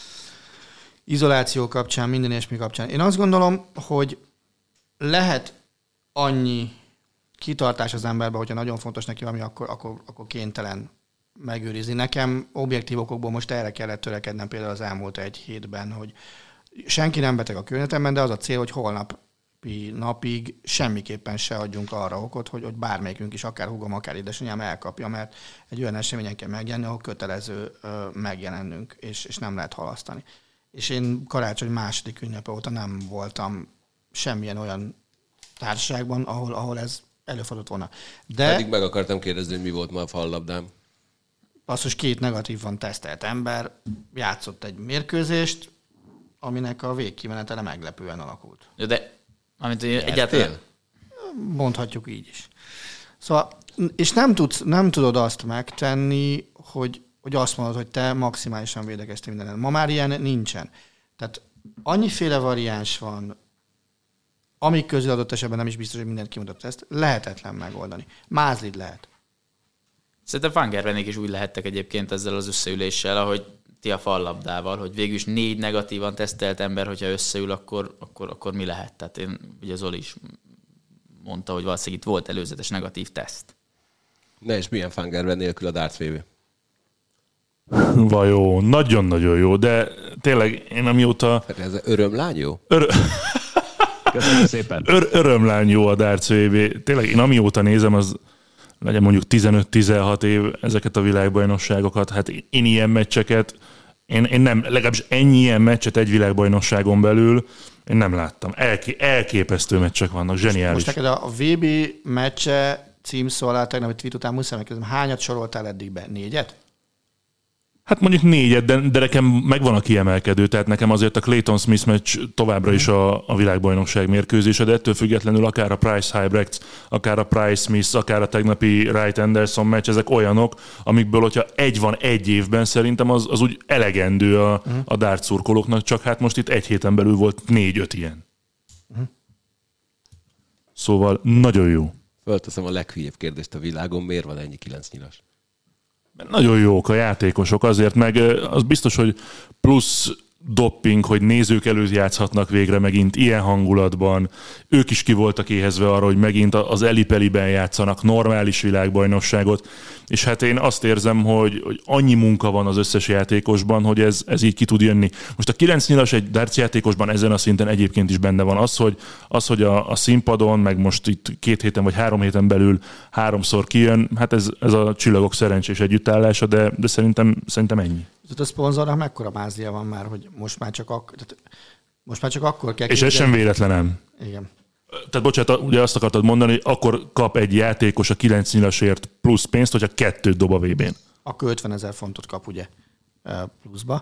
izoláció kapcsán, minden ilyesmi kapcsán. Én azt gondolom, hogy lehet annyi kitartás az emberben, hogyha nagyon fontos neki valami, akkor, akkor, akkor kénytelen megőrizni. Nekem objektív okokból most erre kellett törekednem például az elmúlt egy hétben, hogy senki nem beteg a környezetemben, de az a cél, hogy holnap napig semmiképpen se adjunk arra okot, hogy, hogy bármelyikünk is, akár húgom, akár édesanyám elkapja, mert egy olyan eseményen kell megjelenni, ahol kötelező ö, megjelennünk, és, és nem lehet halasztani. És én karácsony második ünnepe óta nem voltam semmilyen olyan társaságban, ahol, ahol ez előfordult volna. De Pedig meg akartam kérdezni, hogy mi volt ma a fallabdám. basszus, két negatívan tesztelt ember játszott egy mérkőzést, aminek a végkimenetele meglepően alakult. De amit egyáltalán... Mondhatjuk így is. Szóval, és nem, tudsz, nem tudod azt megtenni, hogy, hogy azt mondod, hogy te maximálisan védekeztél mindenen. Ma már ilyen nincsen. Tehát annyiféle variáns van, amik közül adott esetben nem is biztos, hogy mindent kimondott ezt, lehetetlen megoldani. Mázlid lehet. Szerintem Van Gerwenék is úgy lehettek egyébként ezzel az összeüléssel, ahogy ti a fallabdával, hogy végül is négy negatívan tesztelt ember, hogyha összeül, akkor, akkor, akkor mi lehet? Tehát én, ugye Zoli is mondta, hogy valószínűleg itt volt előzetes negatív teszt. Ne, és milyen Van Gerwen nélkül a darts vé bé? Vajó, nagyon-nagyon jó, de tényleg én amióta... Ez örömlány jó? Ör... Köszönöm szépen. Ör- örömlány jó a darts vé bé. Tényleg én amióta nézem, az legyen mondjuk tizenöt-tizenhat év ezeket a világbajnokságokat, hát én ilyen meccseket, én, én nem, legalábbis ennyi ilyen meccset egy világbajnokságon belül én nem láttam. Elké- elképesztő meccsek vannak, zseniális. Most neked a vé bé meccse címszó alá tegnap, tweet után muszáj megkezdem. Hányat soroltál eddig be? Négyet? Hát mondjuk négyet, de, de nekem megvan a kiemelkedő, tehát nekem azért a Clayton Smith meccs továbbra is a, a világbajnokság mérkőzése, de ettől függetlenül akár a Price Huybrechts, akár a Price Smith, akár a tegnapi Wright Anderson meccs, ezek olyanok, amikből, hogyha egy van egy évben, szerintem az, az úgy elegendő a, uh-huh. a darts szurkolóknak, csak hát most itt egy héten belül volt négy-öt ilyen. Uh-huh. Szóval nagyon jó. Fölteszem a leghülyébb kérdést a világon, miért van ennyi kilenc nyilas? Nagyon jók a játékosok, azért meg az biztos, hogy plusz dopping, hogy nézők előtt játszhatnak végre megint ilyen hangulatban. Ők is ki voltak éhezve arra, hogy megint az Elipeliben játszanak normális világbajnokságot, és hát én azt érzem, hogy, hogy annyi munka van az összes játékosban, hogy ez, ez így ki tud jönni. Most a kilenc nyilas egy darts játékosban ezen a szinten egyébként is benne van az, hogy, az, hogy a, a színpadon, meg most itt két héten vagy három héten belül háromszor kijön, hát ez, ez a csillagok szerencsés együttállása, de, de szerintem, szerintem ennyi. A szponzornak mekkora mázlia van már, hogy most már csak, ak- tehát most már csak akkor kell... És ez sem véletlenem. Igen. Tehát bocsánat, ugye azt akartad mondani, hogy akkor kap egy játékos a kilenc nyilasért plusz pénzt, hogyha kettőt dob a vé bén. Akkor ötvenezer fontot kap ugye pluszba.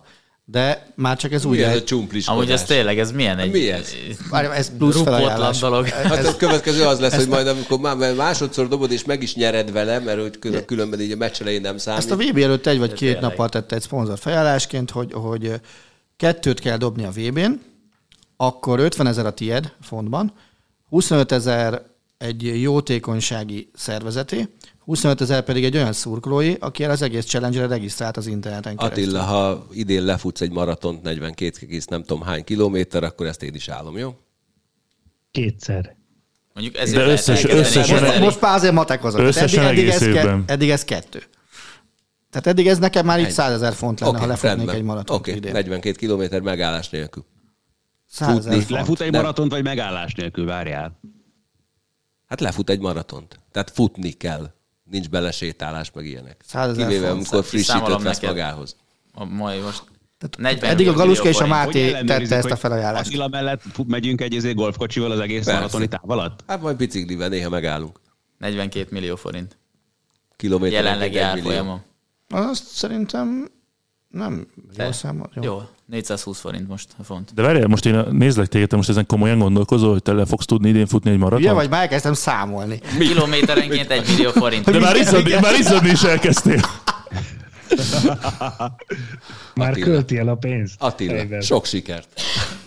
de már csak ez úgy... Mi ez a lehet- csumpliskodás? Amúgy ez tényleg, ez milyen egy... Mi ez? Várj, ez plusz Rupotlan felajánlás. dolog. Hát a következő az lesz, hogy majd amikor már másodszor dobod, és meg is nyered vele, mert hogy külön- különben így a meccs elején nem számít. Ezt a vé bé előtt egy vagy két tényleg. nappal tette egy szponzor felajánlásként, hogy, hogy kettőt kell dobni a vé bén, akkor ötvenezer a tied fontban, huszonötezer egy jótékonysági szervezeté, huszonötezer pedig egy olyan szurkolói, aki az egész challenge-re regisztrált az interneten keresztül. Attila, ha idén lefutsz egy maratont negyvenkét egész nem tudom hány kilométer, akkor ezt én is állom, jó? Kétszer. Mondjuk ezért De lehet összes- elkezdeni összesen- kezdeni. Most már azért matekozok. Összesen eddig, eddig, egész ez évben. ke, eddig ez kettő. Tehát eddig ez nekem már így Ennyi. százezer font lenne, Oké, ha lefutnék rendben. egy maratont Oké, idén. negyvenkét kilométer megállás nélkül. százezer futni. font. Lefut egy Nem. maratont, vagy megállás nélkül, várjál. Hát lefut egy maratont. Tehát futni kell. Nincs belesétálás, meg ilyenek. Százezer Kivéve, font. amikor frissítőt Kiszámolom vesz neked. magához. A mai most negyven Eddig a millió Galuska és a forint. Máté Hogy ellenőrizzük, tette ezt a hogy felajánlást. Attila mellett fu- megyünk egy ezért golfkocsival az egész Persze. maratoni táv alatt? Hát majd biciklivel néha megállunk. negyvenkét millió forint. Kilométer. Jelenlegi árfolyamon. Azt szerintem nem jó De. számol. Jó. Jó, négyszázhúsz forint most a font. De várjál, most én nézlek téged, te most ezen komolyan gondolkozol, hogy te le fogsz tudni idén futni egy maraton? Ugye, vagy már elkezdtem számolni. Kilométerenként egy millió forint. De már izzadni, már izzadni is elkezdtél. Már Attila. költi el a pénzt. Attila, Fejben. sok sikert.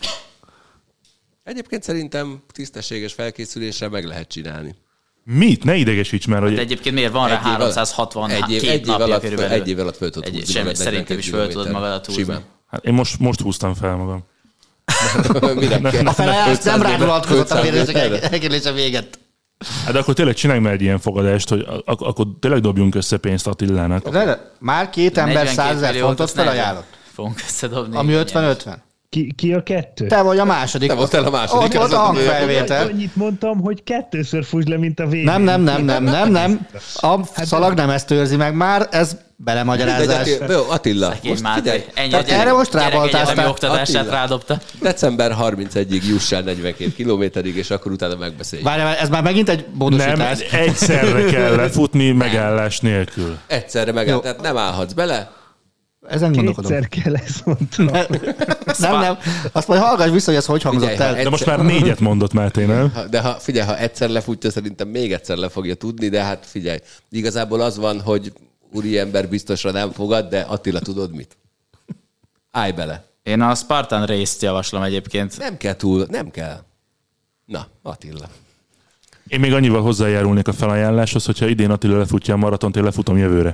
Egyébként szerintem tisztességes felkészülésre meg lehet csinálni. Mit? Ne idegesíts már, De hogy egyébként miért van rá Egy év alatt- háromszázhatvankettő egy év- egy év napja alatt- körülbelül? egy év alatt föl tudod Egy- húzni semmi, magad szerintem is föl tudod negyvenkét magadat húzni. Simán. hát én most, most húztam fel magam. Mire kell? A felajánlást nem rád vonatkozott a ötszáz kérdések elkerülése véget. Hát de akkor tényleg csináljunk már egy ilyen fogadást, hogy ak- akkor tényleg dobjunk össze pénzt Attilának. De, de, már két ember negyvenkét százezer milliót, fontot azt nem felajánlott. Fogunk összedobni. Ami ötven-ötven. Ki, ki a kettő? Te vagy a második. Te voltál a második. Ott volt a hangfelvétel. Annyit mondtam, hogy kettőször fúzd le, mint a végén. Nem, nem, nem, nem, nem, nem. A szalag nem ezt őrzi meg már, ez belemagyarázás. Attila, jó, Attila, Szegény most Máté. figyelj, Ennyi Tehát a gyerek, erre most gyerek rábaltáztál. egyetemi oktatását Attila. rádobta. december harmincegyedikéig jussál negyvenkét kilométerig, és akkor utána megbeszéljük. Várj, ez már megint egy Nem, módosítás. egyszerre kell lefutni megállás nélkül. Egyszerre megáll, Jó. tehát nem állhatsz bele. Ezen gondolkodom. Kétszer kell ezt mondtam. Nem, nem. Azt majd hallgass vissza, hogy ez hogy hangzott Figyelj, ha el. De most már négyet mondott Máté, nem? Ha- De ha, figyelj, ha egyszer lefutja, szerintem még egyszer le fogja tudni, de hát figyelj, igazából az van, hogy úriember biztosra nem fogad, de Attila, tudod mit? Állj bele. Én a Spartan Race-t javaslom egyébként. Nem kell túl, nem kell. Na, Attila. Én még annyival hozzájárulnék a felajánláshoz, hogyha idén Attila lefutja a maratont, én lefutom jövőre.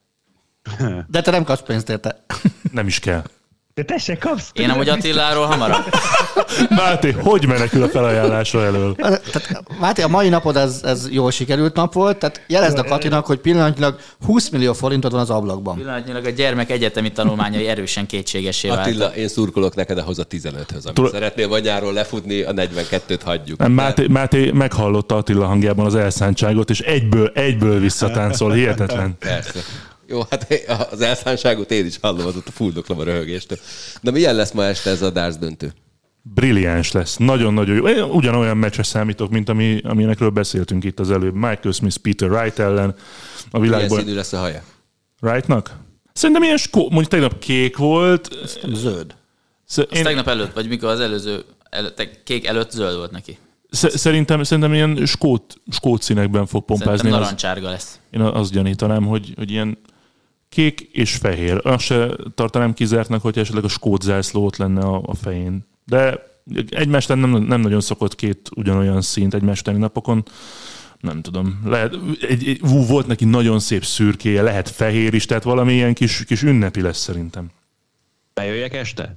De te nem kapsz pénzt érte. Nem is kell. De te se kapsz. Én amúgy Attiláról hamarabb. Máté, hogy menekül a felajánlásra elől? Tehát, Máté, a mai napod ez, ez jól sikerült nap volt, tehát jelezd a Katinak, hogy pillanatnyilag húsz millió forintod van az ablakban. Pillanatnyilag a gyermek egyetemi tanulmányai erősen kétségessé váltak. Attila, én szurkolok neked ahhoz a tizenöthöz, amit Tul- szeretnél vagy nyáron lefutni, a negyvenkettőt hagyjuk. Nem, Máté, Máté meghallotta Attila hangjában az elszántságot, és egyből, egyből visszatáncol. Hihetetlen. Persze. Jó, hát az elszánságot én is hallom, az ott a fuldoklom a röhögéstől. De milyen lesz ma este ez a dárs döntő? Brilliáns lesz. Nagyon-nagyon jó. Én ugyanolyan meccsre számítok, mint ami, aminekről beszéltünk itt az előbb. Michael Smith, Peter Wright ellen a Milyen világban. színű lesz a haja? Wrightnak? Szerintem ilyen skó... Mondjuk tegnap kék volt. Zöld. Sz- Az Én... tegnap előtt, vagy mikor az előző, előtt, kék előtt zöld volt neki. sz- Szerintem, szerintem ilyen skót, skót színekben fog pompázni. Szerintem Az, narancsárga lesz. én azt gyanítanám, hogy, hogy ilyen kék és fehér. Azt se tartanám kizártnak, hogy esetleg a skót zászló ott lenne a, a fején. De egymás után nem, nem nagyon szokott két ugyanolyan színt egymás utáni napokon. Nem tudom. Lehet, egy, egy, ú, volt neki nagyon szép szürkéje, lehet fehér is, tehát valami ilyen kis, kis ünnepi lesz szerintem. Bejöjjek este?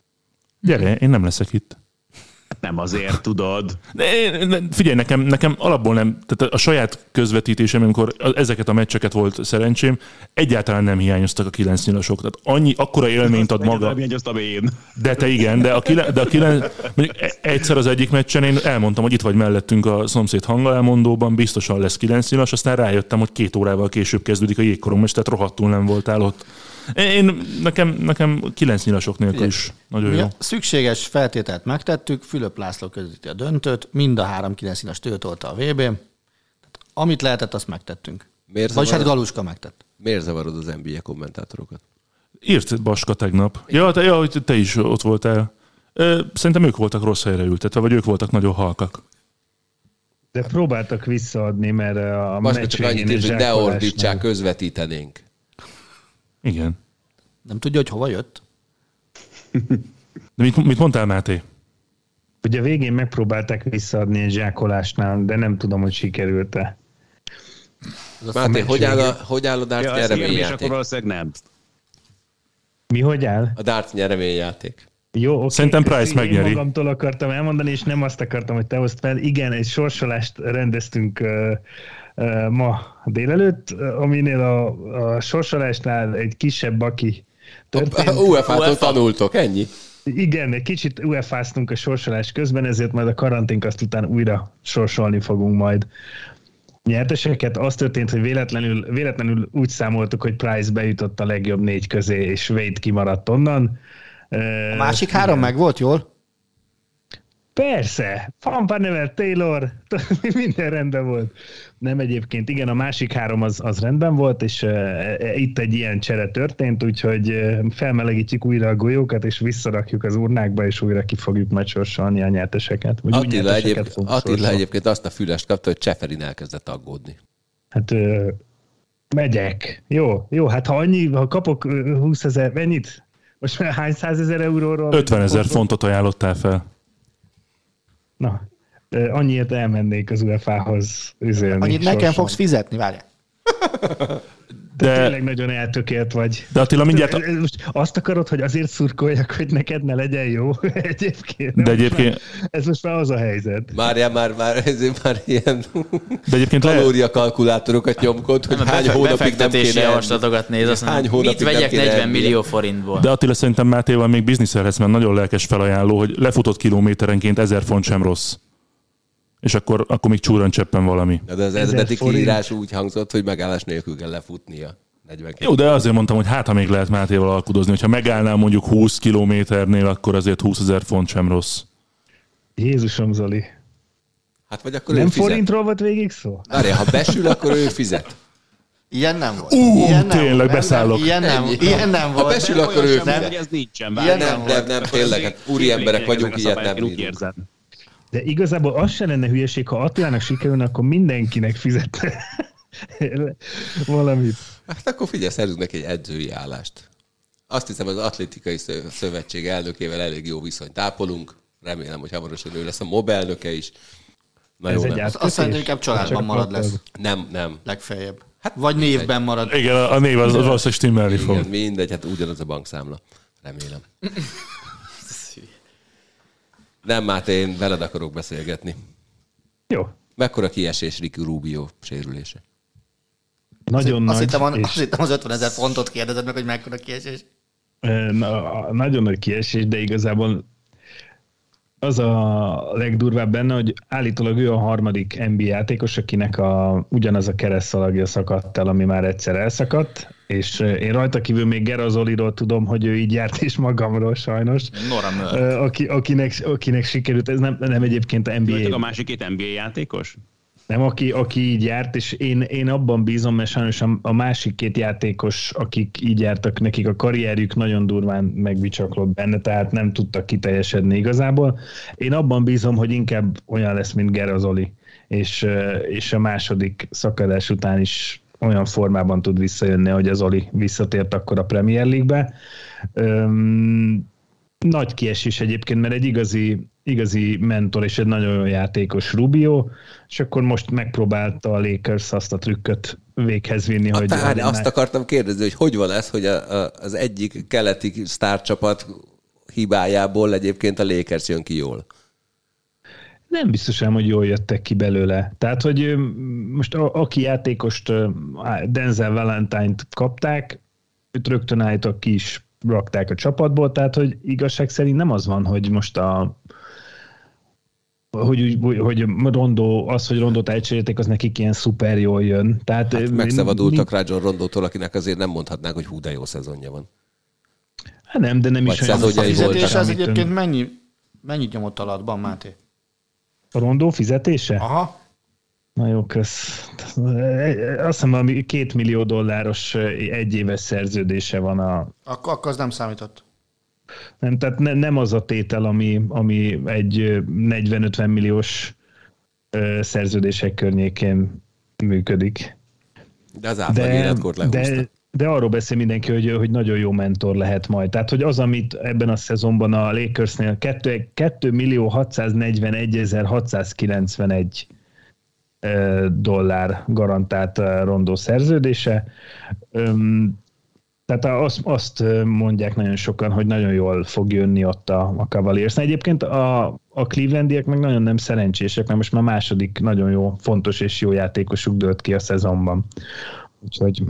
Gyere, én nem leszek itt. Nem azért, tudod. De én- figyelj, nekem, nekem alapból nem, tehát a saját közvetítésem, amikor ezeket a meccseket volt szerencsém, egyáltalán nem hiányoztak a kilenc nyilasok. Tehát annyi, akkora élményt ad maga. Nem hiányoztam én. De te igen, de a, kilen, de a kilen, mondjuk egyszer az egyik meccsen én elmondtam, hogy itt vagy mellettünk a szomszéd hangelmondóban, biztosan lesz kilenc nyilas, aztán rájöttem, hogy két órával később kezdődik a jégkorong, tehát rohadtul nem voltál ott. Én, nekem, nekem kilenc nyilasok nélkül is nagyon Mi jó. a szükséges feltételt megtettük, Fülöp László közötti a döntőt, mind a három kilenc színes töltolta a vé bén. Tehát, amit lehetett, azt megtettünk. Miért Vagyis hát zavarod, Galuska megtett. miért zavarod az en bé á kommentátorokat? Írt Baska tegnap. Ja, te, ja, hogy te is ott voltál. Szerintem ők voltak rossz helyre ültetve, vagy ők voltak nagyon halkak. De próbáltak visszaadni, mert a Baska meccs csak annyit írt, hogy ne ordítsák, közvetítenénk. Igen. Nem tudja, hogy hova jött? De mit, mit mondtál, Máté? Ugye a végén megpróbálták visszaadni egy zsákolásnál, de nem tudom, hogy sikerült-e. Máté, hogy áll a, hogy áll a darts Ja, ezt igen, és nyereményjáték? akkor valószínűleg nem. Mi, hogy áll? A darts nyereményjáték. Jó, okay. Szerintem Price Ezt megnyeri. Én magamtól akartam elmondani, és nem azt akartam, hogy te hozd fel. Igen, egy sorsolást rendeztünk uh, uh, ma délelőtt, aminél a, a sorsolásnál egy kisebb baki történt. A u ef á-tól tanultok, ennyi? Igen, egy kicsit u ef á-ztunk a sorsolás közben, ezért majd a karanténkaszt után újra sorsolni fogunk majd nyerteseket. Az történt, hogy véletlenül, véletlenül úgy számoltuk, hogy Price bejutott a legjobb négy közé, és Wade kimaradt onnan. A másik három meg volt jól? Persze, Pampanevel, Taylor, minden rendben volt. Nem egyébként, igen, a másik három az, az rendben volt, és uh, itt egy ilyen csere történt, úgyhogy uh, felmelegítjük újra a golyókat, és visszarakjuk az urnákba, és újra ki fogjuk majd sorsolni a nyerteseket. Vagy Attila, nyerteseket egyéb, Attila egyébként azt a fülest kapta, hogy Cseferin elkezdett aggódni. Hát uh, megyek. Jó, jó, hát ha annyi, ha kapok uh, húszezer, mennyit? Most már hány százezer euróról? ötvenezer fontot ajánlottál fel. Na, annyiért elmennék az u ef á-hoz üzélni. Annyit nekem fogsz fizetni, várjál. De, De- tényleg nagyon eltökélt vagy. De Attila, mindjárt... Most azt akarod, hogy azért szurkoljak, hogy neked ne legyen jó egyébként? De egyébként... Ez most már az a helyzet. Márján már, már, ezért már ilyen De egyébként lehet... kalóriakalkulátorokat nyomkod, hogy Nem, hány befe- hónapig nem befektetési kéne enni. javaslatokat néz, azt Hány mondom, hónapig mit nem vegyek kéne negyven ennie? millió forintból. De Attila, szerintem Mátéval még bizniszelhetsz, mert nagyon lelkes felajánló, hogy lefutott kilométerenként ezer font sem rossz. És akkor, akkor még csúran cseppen valami. De az Ezer eredeti forint. kiírás úgy hangzott, hogy megállás nélkül kell lefutnia. negyvenkét. Jó, de azért mondtam, hogy hát ha még lehet Mátéval alkudozni, hogyha megállnál mondjuk húsz kilométernél, akkor azért húszezer font sem rossz. Jézusom, Zoli. Hát vagy akkor Nem ő fizet. forintról volt végig szó? Várjál, ha besül, akkor ő fizet. Ilyen nem volt. Ú, ilyen nem tényleg, volt. beszállok. Nem, ilyen nem, Ennyi. ilyen nem Ha volt. besül, akkor ő Olyan sem, fizet. hogy ez nincsen. Ilyen Várj, Nem, nem, nem, tényleg, hát úri emberek vagyunk, ilyet nem úgy bírunk. érzed. De igazából az se lenne hülyeség, ha Attilának sikerülne, akkor mindenkinek fizetne valamit. Hát akkor figyelj, szerzünk neki egy edzői állást. Azt hiszem, az atlétikai Szö- szövetség elnökével elég jó viszonyt ápolunk. Remélem, hogy hamarosan ő lesz a MOB elnöke is. Na Ez jó, egy nem. átkötés? Azt szerintem inkább családban Csak marad kaptad. lesz. nem, nem. Legfeljebb. Hát Vagy névben marad. Igen, a a név az, az valószínűleg stimmelni Igen, fog. mindegy, hát ugyanaz a bankszámla. Remélem. Nem, Máté, én veled akarok beszélgetni. Jó. Mekkora kiesés Ricky Rubio sérülése? Nagyon Azt nagy. hittem, an- és- azt hittem az ötvenezer fontot kérdezed meg, hogy mekkora kiesés. Na, nagyon nagy kiesés, de igazából az a legdurvább benne, hogy állítólag ő a harmadik en bé á játékos, akinek a, ugyanaz a keresztszalagja szakadt el, ami már egyszer elszakadt, és én rajta kívül még Gerazoliról tudom, hogy ő így járt, és magamról sajnos. Nora Mörk. Ö, Aki, akinek, akinek sikerült, ez nem, nem egyébként en bé á. Vagytok a másik két en bé á játékos? Nem, aki, aki így járt, és én, én abban bízom, mert sajnos a, a másik két játékos, akik így jártak, nekik a karrierjük nagyon durván megbicsaklott benne, tehát nem tudtak kiteljesedni igazából. Én abban bízom, hogy inkább olyan lesz, mint Gerazoli, és, és a második szakadás után is olyan formában tud visszajönni, hogy az Oli visszatért akkor a Premier League-be. Öm, nagy kiesés egyébként, mert egy igazi, igazi mentor és egy nagyon jó játékos Rubio, és akkor most megpróbálta a Lakers azt a trükköt véghez vinni, hogy... Hát, hogy azt akartam kérdezni, hogy hogy van ez, hogy a, a, az egyik keleti sztárcsapat hibájából egyébként a Lakers jön ki jól. Nem biztos ám, hogy jól jöttek ki belőle. Tehát, hogy ö, most a, aki játékost, ö, Denzel Valentine-t kapták, őt rögtön állítok ki is rakták a csapatból, tehát, hogy igazság szerint nem az van, hogy most a hogy, hogy Rondó, az, hogy Rondót elcserélték, az nekik ilyen szuper jól jön. Tehát, Hát megszabadultak Rajon Rondótól, akinek azért nem mondhatnánk, hogy hú, de jó szezonja van. Hát nem, de nem Vagy is olyan. szezonjai A fizetés voltak. az egyébként mennyi, mennyit nyomott alatban, Máté? A Rondó fizetése? Aha. Na jó, kösz. Azt hiszem, ami két millió dolláros egyéves szerződése van a... Akkor, akkor az nem számított. Nem, tehát ne, nem az a tétel, ami, ami egy negyven-ötven milliós szerződések környékén működik. De az átlag életkort lehúzta. De, de arról beszél mindenki, hogy, hogy nagyon jó mentor lehet majd. Tehát, hogy az, amit ebben a szezonban a Lakersnél két millió hatszáznegyvenegy-hatszázkilencvenegy dollár garantált Rondó szerződése. Tehát azt, azt mondják nagyon sokan, hogy nagyon jól fog jönni ott a, a Cavaliers. Egyébként a, a Clevelandiek meg nagyon nem szerencsések, mert most már második nagyon jó, fontos és jó játékosuk dőlt ki a szezonban. Úgyhogy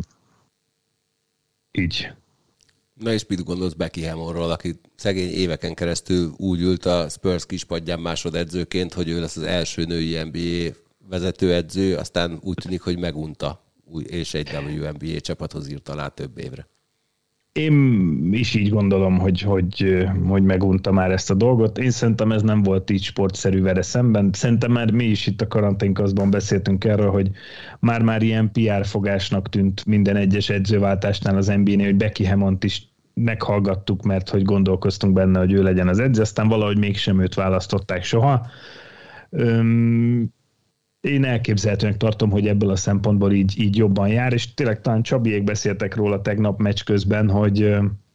így. Na és mit gondolsz Becky Hammonról, aki szegény éveken keresztül úgy ült a Spurs kispadján másodedzőként, hogy ő lesz az első női en bé á vezetőedző, aztán úgy tűnik, hogy megunta, és egy dupla vé en bé á csapathoz írt alá több évre. Én is így gondolom, hogy, hogy, hogy megunta már ezt a dolgot. Én szerintem ez nem volt így sportszerű vele szemben. Szerintem már mi is itt a karanténkaszban beszéltünk erről, hogy már-már ilyen pé er fogásnak tűnt minden egyes edzőváltásnál az en bé á-nél, hogy Becky Hammont is meghallgattuk, mert hogy gondolkoztunk benne, hogy ő legyen az edző, aztán valahogy mégsem őt választották soha. Öm, Én elképzelhetőnek tartom, hogy ebből a szempontból így, így jobban jár, és tényleg talán Csabiék beszéltek róla tegnap meccs közben, hogy,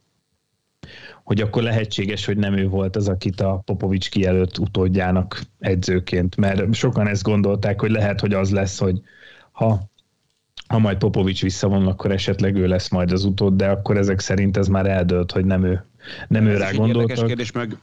hogy akkor lehetséges, hogy nem ő volt az, akit a Popovics kijelölt utódjának edzőként, mert sokan ezt gondolták, hogy lehet, hogy az lesz, hogy ha, ha majd Popovics visszavon, akkor esetleg ő lesz majd az utód, de akkor ezek szerint ez már eldőlt, hogy nem ő, nem ő rá gondoltak. Érdekes kérdés meg,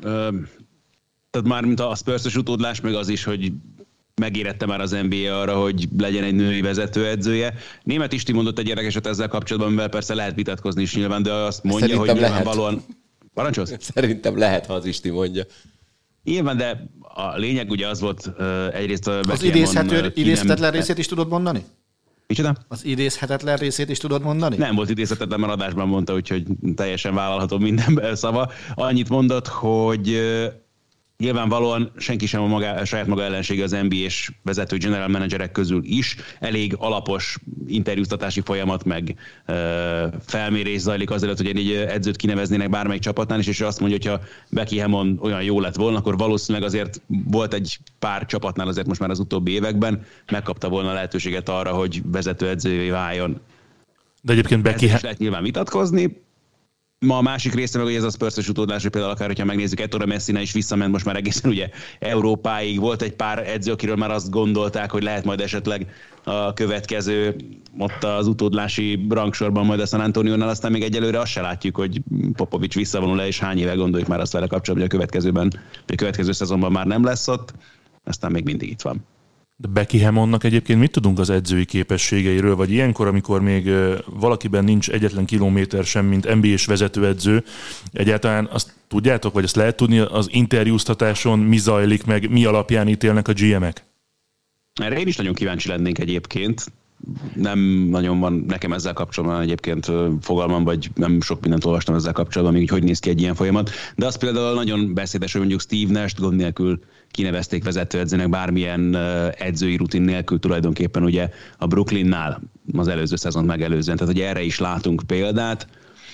tehát már mint a Spurs-ös utódlás, meg az is, hogy megérette már az en bé á arra, hogy legyen egy női vezetőedzője. Németh Isti mondott egy érdekeset ezzel kapcsolatban, mivel persze lehet vitatkozni is nyilván, de azt mondja, Szerintem hogy nyilvánvalóan... Parancsolsz? Szerintem lehet, ha az Isti mondja. Nyilván, de a lényeg ugye az volt uh, egyrészt... A az idézhető, idézhetetlen részét is tudod mondani? Micsoda? Az idézhetetlen részét is tudod mondani? Nem volt idézhetetlen, mert adásban mondta, úgyhogy teljesen vállalható minden szava. Annyit mondott, hogy nyilvánvalóan senki sem a, maga, a saját maga ellensége az en bé á-s vezető general managerek közül is. Elég alapos interjúztatási folyamat, meg ö, felmérés zajlik azért, hogy egy edzőt kineveznének bármelyik csapatnál is, és azt mondja, hogy ha Becky Hammon olyan jó lett volna, akkor valószínűleg azért volt egy pár csapatnál azért most már az utóbbi években, megkapta volna a lehetőséget arra, hogy vezetőedzővé váljon. De egyébként Becky Hammon... lehet nyilván vitatkozni. Ma a másik része meg, hogy ez a Spurs-ös utódlás, hogy például akár, hogyha megnézzük, Ettore Messina is visszament most már egészen ugye Európáig. Volt egy pár edző, akiről már azt gondolták, hogy lehet majd esetleg a következő ott az utódlási rangsorban majd a San Antonio-nál, aztán még egyelőre azt se látjuk, hogy Popovics visszavonul-e, és hány éve gondoljuk már azt vele kapcsolatban, hogy a következőben, a következő szezonban már nem lesz ott, aztán még mindig itt van. De Becky Hammonnak egyébként mit tudunk az edzői képességeiről, vagy ilyenkor, amikor még valakiben nincs egyetlen kilométer sem, mint en bé á-s vezetőedző, egyáltalán azt tudjátok, vagy azt lehet tudni az interjúztatáson, mi zajlik meg, mi alapján ítélnek a gé em-ek? Erre én is nagyon kíváncsi lennénk egyébként. Nem nagyon van nekem ezzel kapcsolatban egyébként fogalmam, vagy nem sok mindent olvastam ezzel kapcsolatban, még hogy néz ki egy ilyen folyamat. De az például nagyon beszédes, hogy mondjuk Steve Nash-t gond nélkül kinevezték vezetőedzőnek bármilyen edzői rutin nélkül tulajdonképpen ugye a Brooklynnál az előző szezont megelőzően. Tehát, hogy erre is látunk példát.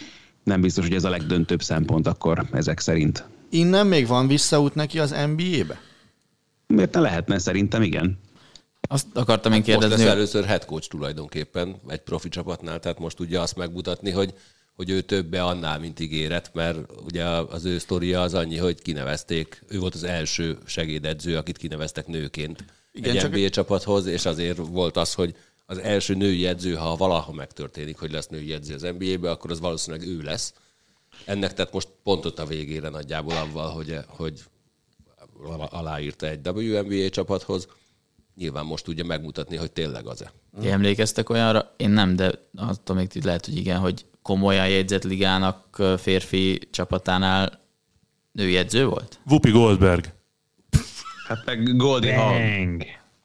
Nem biztos, hogy ez a legdöntőbb szempont akkor ezek szerint. Innen még van visszaút neki az en bé á-be? Miért ne lehetne? Szerintem igen. Azt akartam én kérdezni. Most lesz először head coach tulajdonképpen egy profi csapatnál, tehát most tudja azt megmutatni, hogy, hogy ő többe annál, mint ígéret, mert ugye az ő sztoria az annyi, hogy kinevezték, ő volt az első segédedző, akit kineveztek nőként Igen, egy en bé á csapathoz, és azért volt az, hogy az első női edző, ha valaha megtörténik, hogy lesz női edző az en bé á-be, akkor az valószínűleg ő lesz. Ennek tehát most pontot a végére nagyjából avval, hogy, hogy aláírta egy dupla vé en bé á csapathoz. Nyilván most tudja megmutatni, hogy tényleg az-e. Ti emlékeztek olyanra? Én nem, de attól még lehet, hogy igen, hogy komolyan jegyzett ligának férfi csapatánál női edző volt? Whoopi Goldberg. Hát meg Goldie Hawn.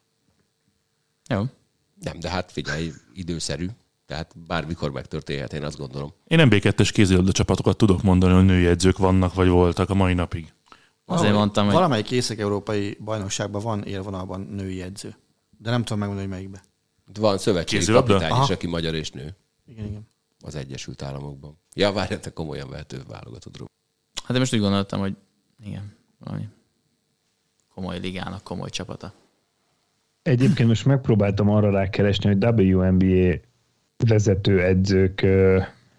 Jó. Nem, de hát figyelj, időszerű. Tehát bármikor megtörténhet, én azt gondolom. Én en bé kettes kézilabda csapatokat tudok mondani, hogy női edzők vannak, vagy voltak a mai napig. Azért mondtam, hogy... Valamelyik észak-európai bajnokságban van élvonalban női edző. de nem tudom megmondani, hogy melyikbe. Van szövetségi Kézilabda? kapitány is, Aha. aki magyar és nő. Igen, igen. Az Egyesült Államokban. Ja, várj, te komolyan vehető válogatott róla. Hát én most úgy gondoltam, hogy igen, valami komoly ligának komoly csapata. Egyébként most megpróbáltam arra rákeresni, hogy dupla vé en bé á vezető edzők ö,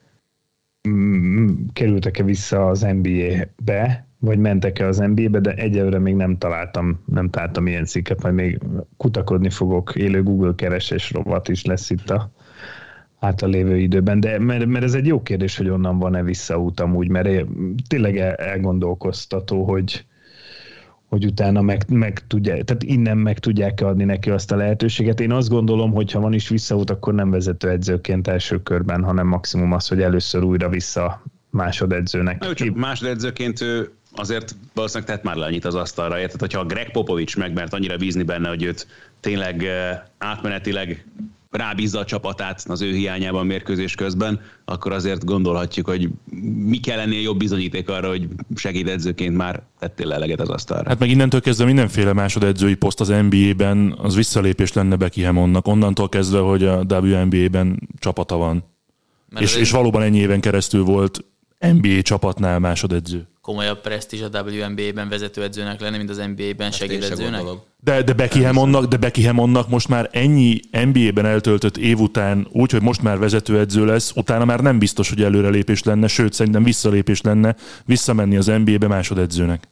mm, kerültek-e vissza az en bé á-be, vagy mentek-e az en bé á-be, de egyelőre még nem találtam, nem találtam ilyen cikket, majd még kutakodni fogok, élő Google keresés rovat is lesz itt a által lévő időben, de mert, mert ez egy jó kérdés, hogy onnan van-e visszaút amúgy, mert tényleg elgondolkoztató, hogy hogy utána meg, meg tudják, tehát innen meg tudják adni neki azt a lehetőséget. Én azt gondolom, hogy ha van is visszaút, akkor nem vezetőedzőként első körben, hanem maximum az, hogy először újra vissza másodedzőnek. Na, csak másodedzőként ő azért valószínűleg tett már le annyit az asztalra, érted? Hogyha a Greg Popovich megmert annyira bízni benne, hogy őt tényleg átmenetileg rábízza a csapatát az ő hiányában mérkőzés közben, akkor azért gondolhatjuk, hogy mi kell lennél jobb bizonyíték arra, hogy segédedzőként már tettél le eleget az asztalra. Hát meg innentől kezdve mindenféle másodedzői poszt az en bé á-ben az visszalépés lenne Becky Hammonnak, onnantól kezdve, hogy a dupla vé en bé á-ben csapata van. És, és valóban ennyi éven keresztül volt en bé á csapatnál másodedző. Komolyabb presztízs a dupla vé en bé á-ben vezetőedzőnek lenni, mint az en bé á-ben segédedzőnek? De, de, Becky Hammonnak, de Becky Hammonnak most már ennyi en bé á-ben eltöltött év után, úgy, hogy most már vezetőedző lesz, utána már nem biztos, hogy előrelépés lenne, sőt, szerintem visszalépés lenne visszamenni az en bé á-be másodedzőnek.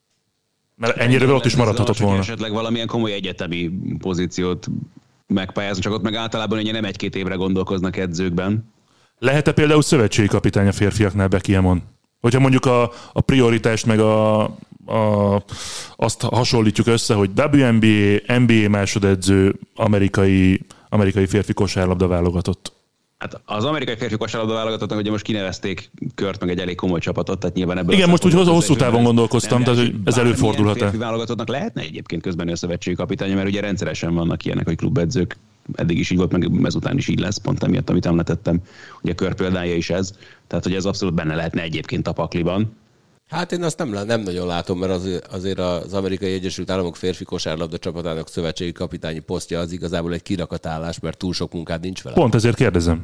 Mert ennyire ott is maradhatott volna. Esetleg valamilyen komoly egyetemi pozíciót megpályázni, csak ott meg általában ugye nem egy-két évre gondolkoznak edzőkben. Lehet-e például szövetségi kapitány a férfiaknál Becky Hammon? Hogyha mondjuk a, a prioritást meg a, a, azt hasonlítjuk össze, hogy dupla vé en bé á, en bé á másodedző, amerikai, amerikai férfi kosárlabda válogatott. Hát az amerikai férfi kosárlabda válogatottnak ugye most kinevezték Kört meg egy elég komoly csapatot, tehát nyilván ebből igen, most úgy hosszú távon gondolkoztam, tehát hogy ez előfordulhat-e. Férfi válogatottnak lehetne egyébként közben a szövetségi kapitánya, mert ugye rendszeresen vannak ilyenek, hogy klubedzők, eddig is így volt, meg ezután is így lesz, pont emiatt, amit említettem. Ugye Kör példája is ez, tehát hogy ez abszolút benne lehetne egyébként a pakliban. Hát én azt nem, nem nagyon látom, mert az, azért az Amerikai Egyesült Államok férfi kosárlabda csapatának szövetségi kapitányi posztja az igazából egy kirakatállás, mert túl sok munkád nincs vele. Pont ezért kérdezem.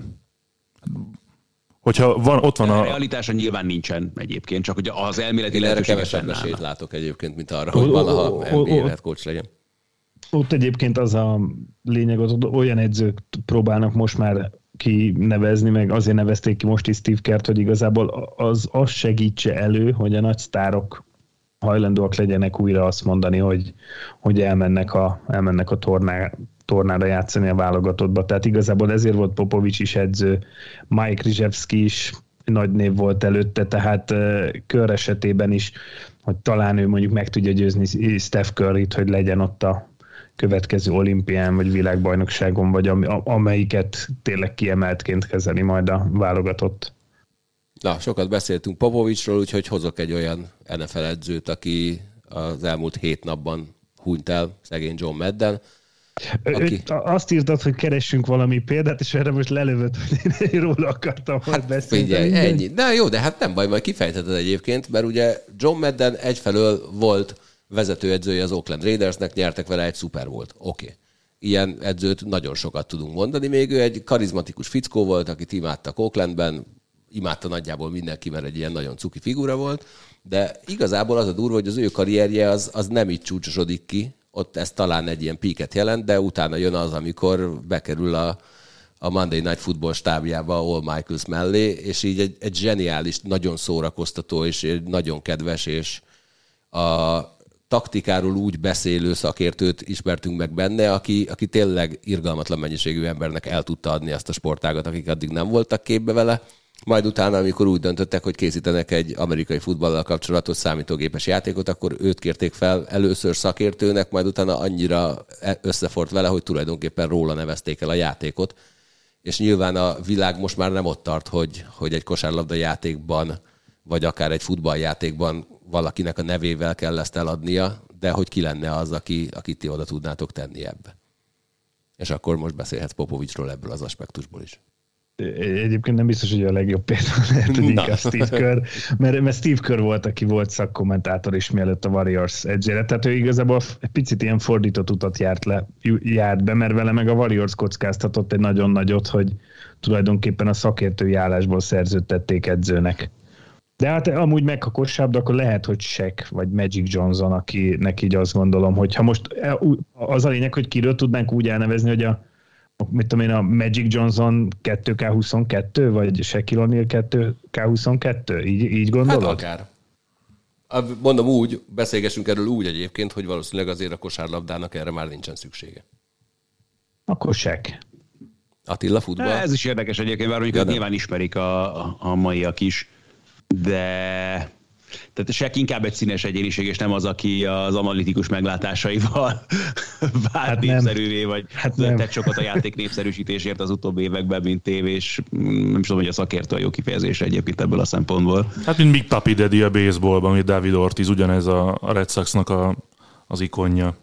Hogyha van, ott van a... a... a realitása nyilván nincsen egyébként, csak hogy az elméleti én erre kevesebb esélyt látok egyébként, mint arra, hogy valaha en bé á head coach legyen. Ott egyébként az a lényeg, hogy olyan edzők próbálnak most már kinevezni, meg azért nevezték ki most is Steve Kert, hogy igazából az, az segítse elő, hogy a nagy sztárok hajlandóak legyenek újra azt mondani, hogy, hogy elmennek a, elmennek a torná, tornára játszani a válogatottba. Tehát igazából ezért volt Popovich is edző, Mike Krzyzewski is nagy név volt előtte, tehát uh, Kör esetében is, hogy talán ő mondjuk meg tudja győzni Steph Curryt, hogy legyen ott a következő olimpián, vagy világbajnokságon, vagy am- amelyiket tényleg kiemeltként kezeli majd a válogatott. Na, sokat beszéltünk Popovichról, úgyhogy hozok egy olyan en ef el edzőt, aki az elmúlt hét napban hunyt el, szegény John Madden. Aki... Azt írtad, hogy keressünk valami példát, és erre most lelövött, hogy én róla akartam hát beszélni. Figyelj, ennyi. Na jó, de hát nem baj, majd kifejtheted egyébként, mert ugye John Madden egyfelől volt vezetőedzője az Oakland Raidersnek, nyertek vele egy Super Bowl-t. Oké. Okay. Ilyen edzőt nagyon sokat tudunk mondani. Még ő egy karizmatikus fickó volt, akit imádtak Oaklandben, imádta nagyjából mindenki, mert egy ilyen nagyon cuki figura volt, de igazából az a durva, hogy az ő karrierje az, az nem így csúcsosodik ki, ott ez talán egy ilyen píket jelent, de utána jön az, amikor bekerül a, a Monday Night Football stábjába All Michaels mellé, és így egy, egy zseniális, nagyon szórakoztató, és egy nagyon kedves, és a taktikáról úgy beszélő szakértőt ismertünk meg benne, aki, aki tényleg irgalmatlan mennyiségű embernek el tudta adni azt a sportágat, akik addig nem voltak képbe vele. Majd utána, amikor úgy döntöttek, hogy készítenek egy amerikai futballal kapcsolatos számítógépes játékot, akkor őt kérték fel először szakértőnek, majd utána annyira összefort vele, hogy tulajdonképpen róla nevezték el a játékot. És nyilván a világ most már nem ott tart, hogy, hogy egy kosárlabda játékban, vagy akár egy futballjátékban valakinek a nevével kell ezt eladnia, de hogy ki lenne az, aki, akit ti oda tudnátok tenni ebbe. És akkor most beszélhetsz Popovichról ebből az aspektusból is. egyébként nem biztos, hogy a legjobb példa lehet a Steve Kerr, mert, mert Steve Kerr volt, aki volt szakkommentátor is mielőtt a Warriors edzére, tehát ő igazából egy picit ilyen fordított utat járt, le, járt be, mert vele meg a Warriors kockáztatott egy nagyon nagyot, hogy tulajdonképpen a szakértői állásból szerződtették edzőnek. De hát amúgy meg, ha kosárlabda, akkor lehet, hogy Shaq vagy Magic Johnson, akinek így azt gondolom, hogy ha most az a lényeg, hogy kiről tudnánk úgy elnevezni, hogy a mit tudom én, a Magic Johnson kettő ká huszonkettő, vagy Shaquille O'Neal kettő ká huszonkettő? Így, így gondolod? Hát akár. Mondom úgy, beszélgessünk erről úgy egyébként, hogy valószínűleg azért a kosárlabdának erre már nincsen szüksége. Akkor Shaq. Attila, futball? Ez is érdekes egyébként, bár mondjuk ja, nyilván ismerik a, a, a maiak is, de tehát Shaq inkább egy színes egyéniség, és nem az, aki az analitikus meglátásaival vált hát népszerűvé, vagy hát tett sokat a játék népszerűsítésért az utóbbi években, mint tévés. Nem tudom, hogy a szakértő a jó kifejezésre egyébként ebből a szempontból. Hát mint Big Papi Daddy a baseballban, mint David Ortiz, ugyanez a, a Red Soxnak a, az ikonja.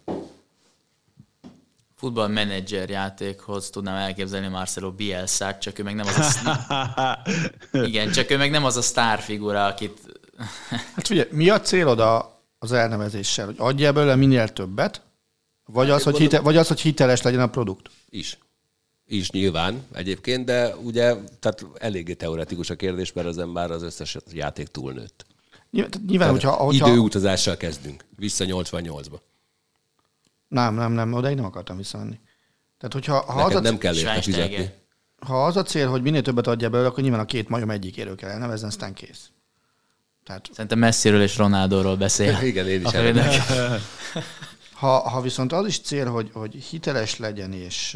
Futballmenedzser játékhoz tudnám elképzelni Marcelo Bielsát, csak ő meg nem az a sztár... Igen, csak ő meg nem az a sztárfigura, akit... Hát figyelj, mi a célod a, az elnevezéssel? Hogy adjál belőle minél többet, vagy hát az, hogy hite, vagy az, hogy hiteles legyen a produkt? Is. Is nyilván egyébként, de ugye tehát eléggé teoretikus a kérdés, mert ezen már az összes játék túlnőtt. Nyilván, nyilván hogyha, hogyha... Időutazással kezdünk, vissza nyolcvannyolcba. Nem, nem, nem, odaig nem akartam visszamenni. Tehát, hogyha ha Neked az a nem kell érte fizetni. Ha az a cél, hogy minél többet adja belőle, akkor nyilván a két majom egyikéről kell elnevezni, aztán kész. Tehát... Szerintem Messiről és Ronaldóról beszél. Igen, én is elmondom. ha, ha viszont az is cél, hogy, hogy hiteles legyen, és,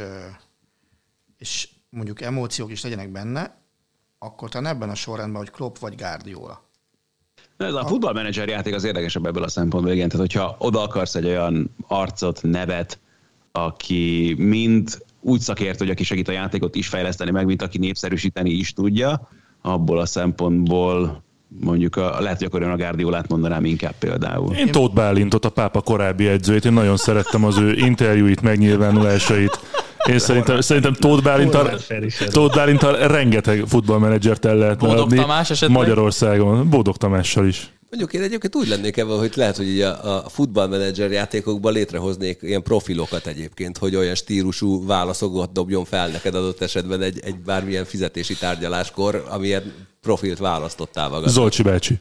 és mondjuk emóciók is legyenek benne, akkor talán ebben a sorrendben, hogy Klopp vagy Guardiola. Ez a futballmenedzser játék az érdekesebb ebből a szempontból, igen. Tehát, hogyha oda akarsz egy olyan arcot, nevet, aki mind úgy szakért, hogy aki segít a játékot is fejleszteni meg, mint aki népszerűsíteni is tudja, abból a szempontból mondjuk a, lehet, hogy akkor ön a Guardiolát mondanám inkább például. Én Tóth Bálintot, a Pápa korábbi edzőjét, én nagyon szerettem az ő interjúit, megnyilvánulásait. Én szerintem, szerintem Tóth Bálintal, Tóth Bálintal rengeteg futballmenedzsert el lehetne Bódog adni Tamás esetleg? Magyarországon. Bódog Tamással is. Mondjuk én egyébként úgy lennék ebben, hogy lehet, hogy a, a futballmenedzser játékokban létrehoznék ilyen profilokat egyébként, hogy olyan stílusú válaszokat dobjon fel neked adott esetben egy, egy bármilyen fizetési tárgyaláskor, amilyen profilt választottál magad. Zolcsi bácsi.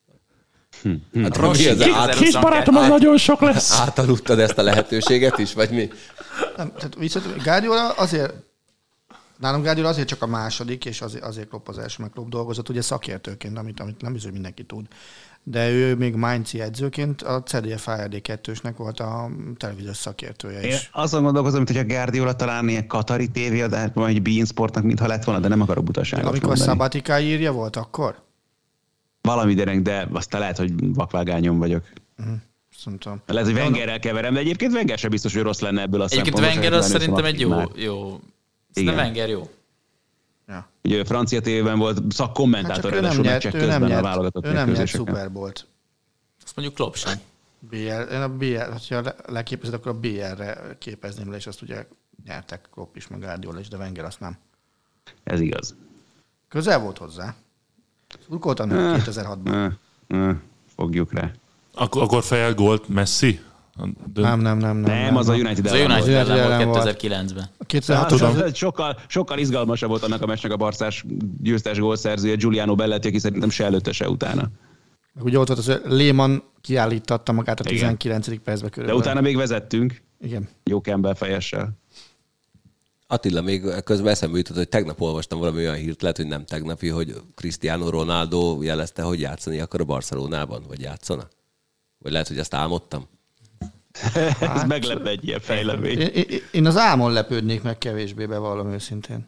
Hm. Hát, Rossi, mi át, kis barátom, az nagyon sok lesz. Átaludtad ezt a lehetőséget is, vagy mi? Nem, tehát viszont Guardiola azért, nálam Guardiola azért csak a második, és azért, azért Klopp az első, meg Klopp dolgozott, ugye szakértőként, amit, amit nem bizony mindenki tud. De ő még Mainz-i edzőként a cé dé ef á er dé kettősnek volt a televíziós szakértője is. Én azon gondolkozom, hogy a Guardiola talán ilyen katari tévéadásban, vagy Bein Sportnak mintha lett volna, de nem akarok butaságot amikor mondani. Amikor Szabatiká írja volt akkor? Valami dereng, de aztán lehet, hogy vakvágányon vagyok. Uh-huh. Szerintem. Lehet, hogy Wengerrel keverem, de egyébként Wenger sem biztos, hogy rossz lenne ebből a szempontból. Egyébként Wenger az szerintem egy jó, jó. Szerintem Wenger jó. Ja. Ugye a francia tévében volt szakkommentátor, hát de sok meccsek közben nyert, a válogatott ő nem nyert Super Bowl-t. Azt mondjuk Klopp sem. bé el, én a bé el, ha leképezed, akkor a bé el-re képezném le, és azt ugye nyertek Klopp is, meg Guardiola is, de Wenger azt nem. Ez igaz. Közel volt hozzá. Szurkoltam kétezer-hatban. Fogjuk rá. Ak- akkor fejelt gólt Messi? De... Nem, nem, nem, nem. Nem, az a United ellen volt. Az a United ellen volt kétezer-kilencben. kétezer-hatban. Sokkal, sokkal izgalmasabb volt annak a meccsnek a barszás győztes gólszerzője, Giuliano Belletti, aki szerintem se előtte, se utána. Ugye ott volt az, hogy Lehmann kiállítatta magát a tizenkilencedik percbe körülbelül. De utána még vezettünk. Igen. Jó Campbell fejessel. Attila, még közben eszembe jutott, hogy tegnap olvastam valami olyan hírt, lehet, hogy nem tegnapi, hogy Cristiano Ronaldo jelezte, hogy játszani akar a Barcelonában, vagy játszana? Vagy lehet, hogy ezt álmodtam? Hát, ez meglepne egy ilyen fejlemény. Én, én az álmon lepődnék meg kevésbé, bevallom őszintén.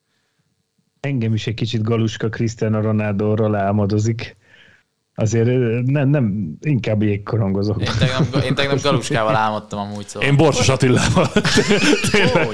Engem is egy kicsit Galuska Cristiano Ronaldoról álmodozik. Azért nem, nem inkább jégkorongozok. Én tegnap, én tegnap Galuskával álmodtam amúgy, szóval. Én Borsos Attilával. Ó,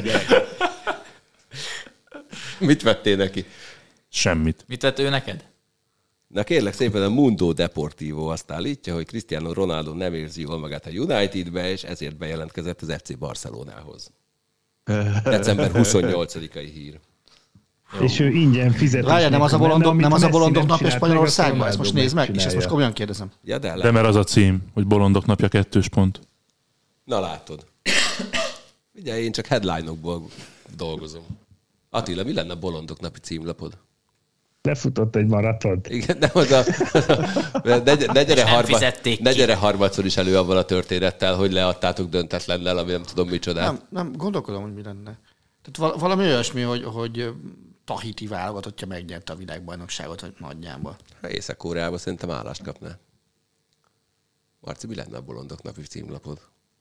Mit vettél neki? Semmit. Mit vett ő neked? Na kérlek szépen, a Mundo Deportivo azt állítja, hogy Cristiano Ronaldo nem érzi jól magát a Unitedbe, és ezért bejelentkezett az ef cé Barcelonához. december huszonnyolcadikai hír. Jó. És ő ingyen fizet. Várjál, nem az a bolondok, nem az a bolondok napja Spanyolországban? Ezt most nézd meg, és ezt most komolyan kérdezem. Ja, de, de mert az a cím, hogy Bolondok napja kettős pont. Na látod. Ugye én csak headline-okból dolgozom. Attila, mi lenne a Bolondok napi címlapod? Lefutott egy maratont. Igen, nem az a... Ne, ne, gyere, harma, ne gyere harmadszor is elő avval a történettel, hogy leadtátok döntetlennel, ami nem tudom micsodát. Nem, nem gondolkodom, hogy mi lenne. Tehát valami olyasmi, hogy, hogy Tahiti válogatottja megnyerte a világbajnokságot, vagy nagyjából. Ha Észak-Koreában szerintem állást kapná. Marci, mi lenne a Bolondok napi címlapod?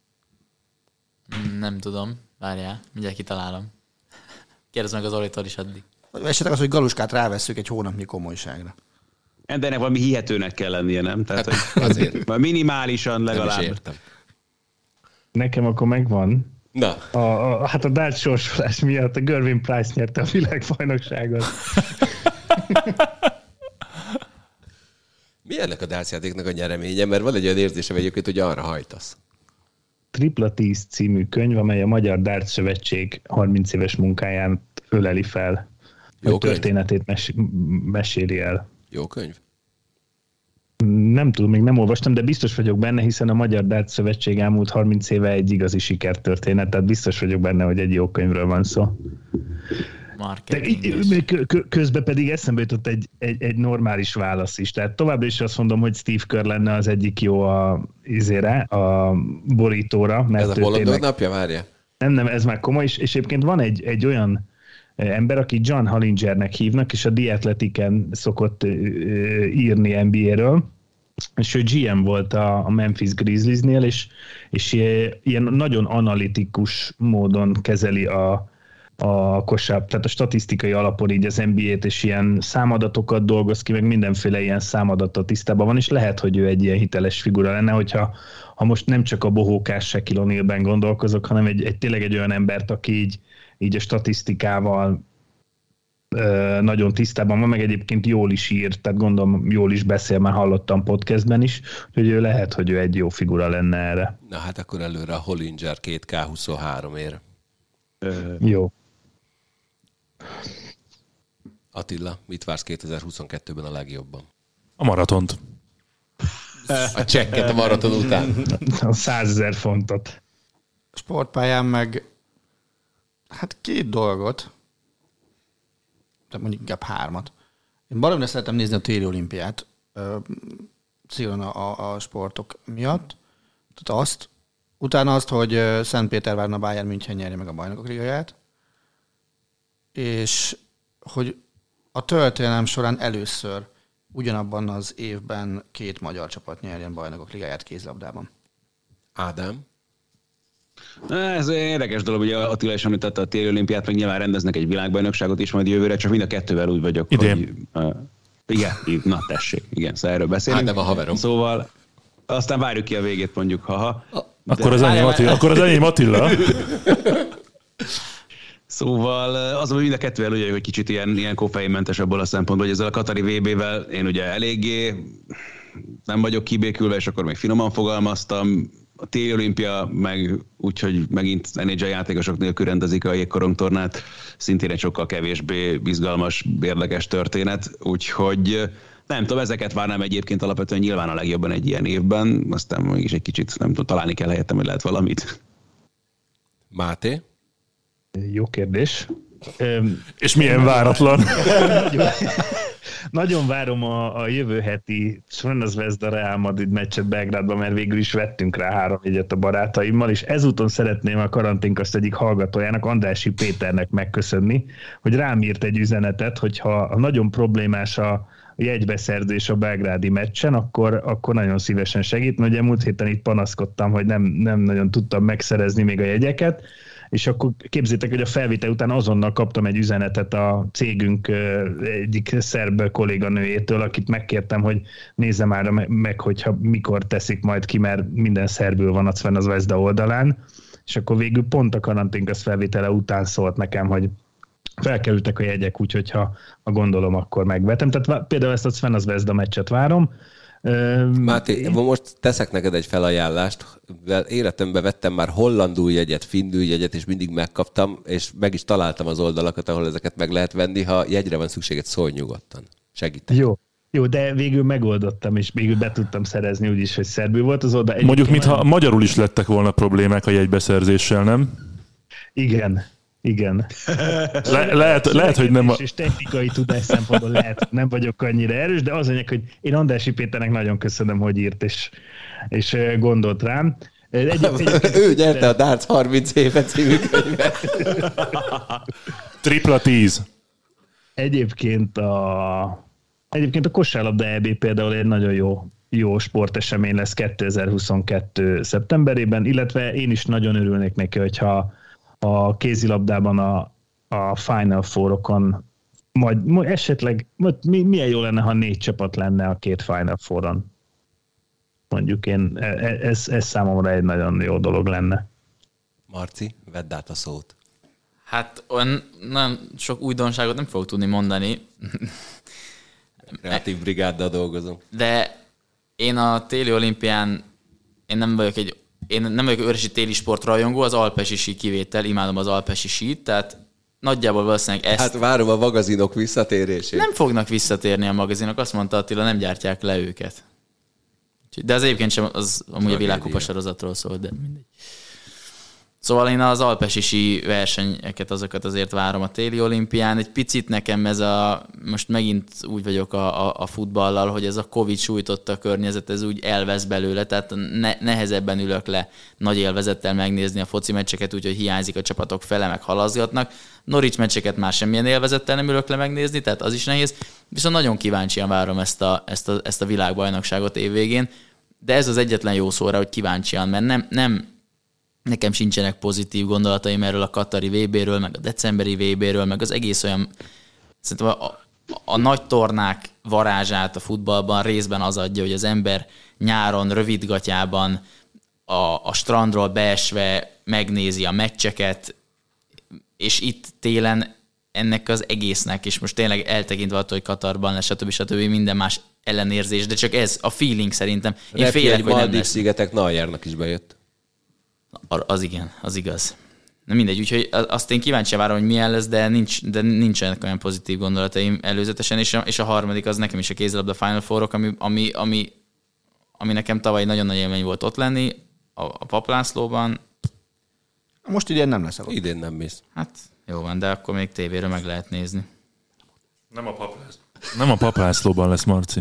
Nem tudom. Várjál, mindjárt kitalálom. Kérdezd meg az Olitól is addig. Vagy esetleg az, hogy Galuskát rávesszük egy hónapnyi komolyságra. De ennek valami hihetőnek kell lennie, nem? Tehát, hogy azért. Minimálisan legalább. Nem is értem. Nekem akkor megvan. Na. A, a, hát a darts sorsolás miatt a Gervin Price nyerte a világbajnokságot. Mi ennek a dartsjátéknak a nyereménye? Mert van egy olyan érzésem egyébként, hogy arra hajtasz. Tripla tíz című könyv, amely a Magyar Darts Szövetség harminc éves munkáját öleli fel. Jó a könyv. Történetét mes- meséli el. Jó könyv. Nem tudom, még nem olvastam, de biztos vagyok benne, hiszen a Magyar Darts Szövetség elmúlt harminc éve egy igazi sikertörténet, tehát biztos vagyok benne, hogy egy jó könyvről van szó. Közben pedig eszembe jutott egy, egy, egy normális válasz is. Tehát továbbra is azt mondom, hogy Steve Kerr lenne az egyik jó a izére, a borítóra. Mert ez a Bolondok tényleg... napja, várja? Nem, nem, ez már komoly, és, és egyébként van egy, egy olyan ember, aki John Hollingernek hívnak, és a The Athletic-en szokott írni en bé á-ről, és ő gé em volt a Memphis Grizzliesnél, és, és ilyen nagyon analitikus módon kezeli a, a kosár, tehát a statisztikai alapon így az en bé á-t, és ilyen számadatokat dolgoz ki, meg mindenféle ilyen számadatot tisztában van, és lehet, hogy ő egy ilyen hiteles figura lenne, hogyha ha most nem csak a bohókás Shaquille O'Nealben gondolkozok, hanem egy, egy, tényleg egy olyan embert, aki így, így a statisztikával ö, nagyon tisztában van, meg egyébként jól is ír, tehát gondolom jól is beszél, már hallottam podcastben is, hogy ő lehet, hogy ő egy jó figura lenne erre. Na hát akkor előre a Hollinger két ká huszonhárom ér. Ö, jó. Attila, mit vársz kétezer-huszonkettőben a legjobban? A maratont. A csekket a maraton után. A százezer fontot. Sportpályán meg hát két dolgot, de mondjuk inkább hármat. Én baromra szeretem nézni a téli olimpiát, szigorúan a, a sportok miatt. Tehát azt, utána azt, hogy Szentpéterváron a Bayern München nyerje meg a Bajnokok Ligáját, és hogy a történelem során először ugyanabban az évben két magyar csapat nyerjen Bajnokok Ligáját kézlabdában. Ádám? Ez érdekes dolog, ugye Attila is említette a téli olimpiát, meg nyilván rendeznek egy világbajnokságot is majd jövőre, csak mind a kettővel úgy vagyok, idén. Hogy... Uh, igen, na tessék, igen, szóval erről beszélünk. Hát nem a haverom. Szóval aztán várjuk ki a végét mondjuk, haha. Akkor az enyém Attila. Akkor az enyém Attila. Szóval az, hogy mind a kettővel ugye, hogy kicsit ilyen, ilyen koffeinmentes abból a szempontból, hogy ezzel a Katari vé bével én ugye eléggé nem vagyok kibékülve, és akkor még finoman fogalmaztam. A téli olimpia meg úgyhogy megint en há el játékosok nélkül rendezik a jégkorongtornát, szintén egy sokkal kevésbé izgalmas, érdekes történet, úgyhogy nem tudom, ezeket várnám egyébként alapvetően nyilván a legjobban egy ilyen évben, aztán mégis egy kicsit nem tudom, találni kell helyettem, hogy lehet valamit. Máté? Jó kérdés. És milyen váratlan. nagyon, nagyon várom a, a jövő heti Crvena Zvezda Real Madrid meccset Belgrádban, mert végül is vettünk rá három jegyet a barátaimmal, és ezúton szeretném a karanténkaszt egyik hallgatójának, Andrássy Péternek megköszönni, hogy rám írt egy üzenetet, hogyha nagyon problémás a jegybeszerzés a belgrádi meccsen, akkor, akkor nagyon szívesen segít. Ugye múlt héten itt panaszkodtam, hogy nem, nem nagyon tudtam megszerezni még a jegyeket, és akkor képzétek, hogy a felvétel után azonnal kaptam egy üzenetet a cégünk egyik szerb kolléganőjétől, akit megkértem, hogy nézze már meg, hogyha mikor teszik majd ki, mert minden szerbül van a Crvena Zvezda oldalán, és akkor végül pont a karanténkasz felvétele után szólt nekem, hogy felkerültek a jegyek, úgyhogy ha, ha gondolom, akkor megvetem. Tehát például ezt a Crvena Zvezda meccset várom. Máté, most teszek neked egy felajánlást. Életemben vettem már hollandul jegyet, finnül jegyet, és mindig megkaptam, és meg is találtam az oldalakat, ahol ezeket meg lehet venni. Ha jegyre van szükséged, szólj nyugodtan. Segítek. Jó. Jó, de végül megoldottam, és végül be tudtam szerezni úgyis, hogy szerbül volt az oldal. Mondjuk, mintha már... magyarul is lettek volna problémák a jegybeszerzéssel, nem? Igen. Igen. Le, lehet, lehet, hogy nem... A... És technikai tudás szempontból lehet, nem vagyok annyira erős, de az anyag, hogy én Andrássy Péternek nagyon köszönöm, hogy írt, és, és gondolt rám. Egy, egy, ő nyerte a Darts harminc éve című könyvet. Tripla tíz. Egyébként a, egyébként a kosárlabda é bé például egy nagyon jó, jó sportesemény lesz kétezer-huszonkettő szeptemberében, illetve én is nagyon örülnék neki, hogyha a kézilabdában a, a Final Four-okon majd, majd esetleg majd milyen jó lenne, ha négy csapat lenne a két Final Four-on. Mondjuk én, ez, ez számomra egy nagyon jó dolog lenne. Marci, vedd át a szót. Hát olyan nagyon sok újdonságot nem fogok tudni mondani. Kreatív brigáddal dolgozom. De én a téli olimpián, én nem vagyok egy Én nem vagyok őrsi téli sportrajongó, az alpesi sí kivétel, imádom az alpesi sít, tehát nagyjából valószínűleg ezt... Hát várom a magazinok visszatérését. Nem fognak visszatérni a magazinok, azt mondta Attila, nem gyártják le őket. De az egyébként sem, az amúgy a világkupa sorozatról szól, de mindegy. Szóval én az alpesi sí versenyeket, azokat azért várom a téli olimpián. Egy picit nekem ez a, most megint úgy vagyok a, a, a futballal, hogy ez a Covid sújtotta a környezet, ez úgy elvesz belőle, tehát ne, nehezebben ülök le nagy élvezettel megnézni a foci meccseket, úgyhogy hiányzik a csapatok fele, meg halazgatnak. Norwich meccseket már semmilyen élvezettel nem ülök le megnézni, tehát az is nehéz. Viszont nagyon kíváncsian várom ezt a, ezt a, ezt a világbajnokságot évvégén, de ez az egyetlen jó szóra, hogy kíváncsian, mert nem, nem nekem sincsenek pozitív gondolataim erről a katari vé béről, meg a decemberi vé béről, meg az egész olyan, szerintem a, a, a nagy tornák varázsát a futballban részben az adja, hogy az ember nyáron, rövidgatjában a, a strandról beesve megnézi a meccseket, és itt télen ennek az egésznek, és most tényleg eltekintve attól, hogy Katarban lesz, stb. stb. Minden más ellenérzés, de csak ez a feeling szerintem. Én Repjél, félek, hogy nem lesz. Szigetek Naljernak is bejött. Az igen, az igaz. Na mindegy, úgyhogy azt én kíváncsi várom, hogy milyen lesz, de, nincs, de nincsenek olyan pozitív gondolataim előzetesen, és a, és a harmadik az nekem is a kézilabda Final Four-ok, ami, ami, ami, ami nekem tavaly nagyon nagy élmény volt ott lenni, a, a Paplászlóban. Most idén nem lesz ott. Idén nem mész. Hát jó van, de akkor még tévéről meg lehet nézni. Nem a Paplászlóban. Nem a Paplászlóban lesz, Marci.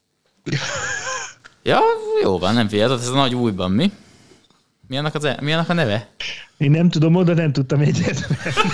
Ja, jó van, nem figyelj, ez a nagy újban, mi? Mi annak, az, mi annak a neve? Én nem tudom, oda nem tudtam egyet.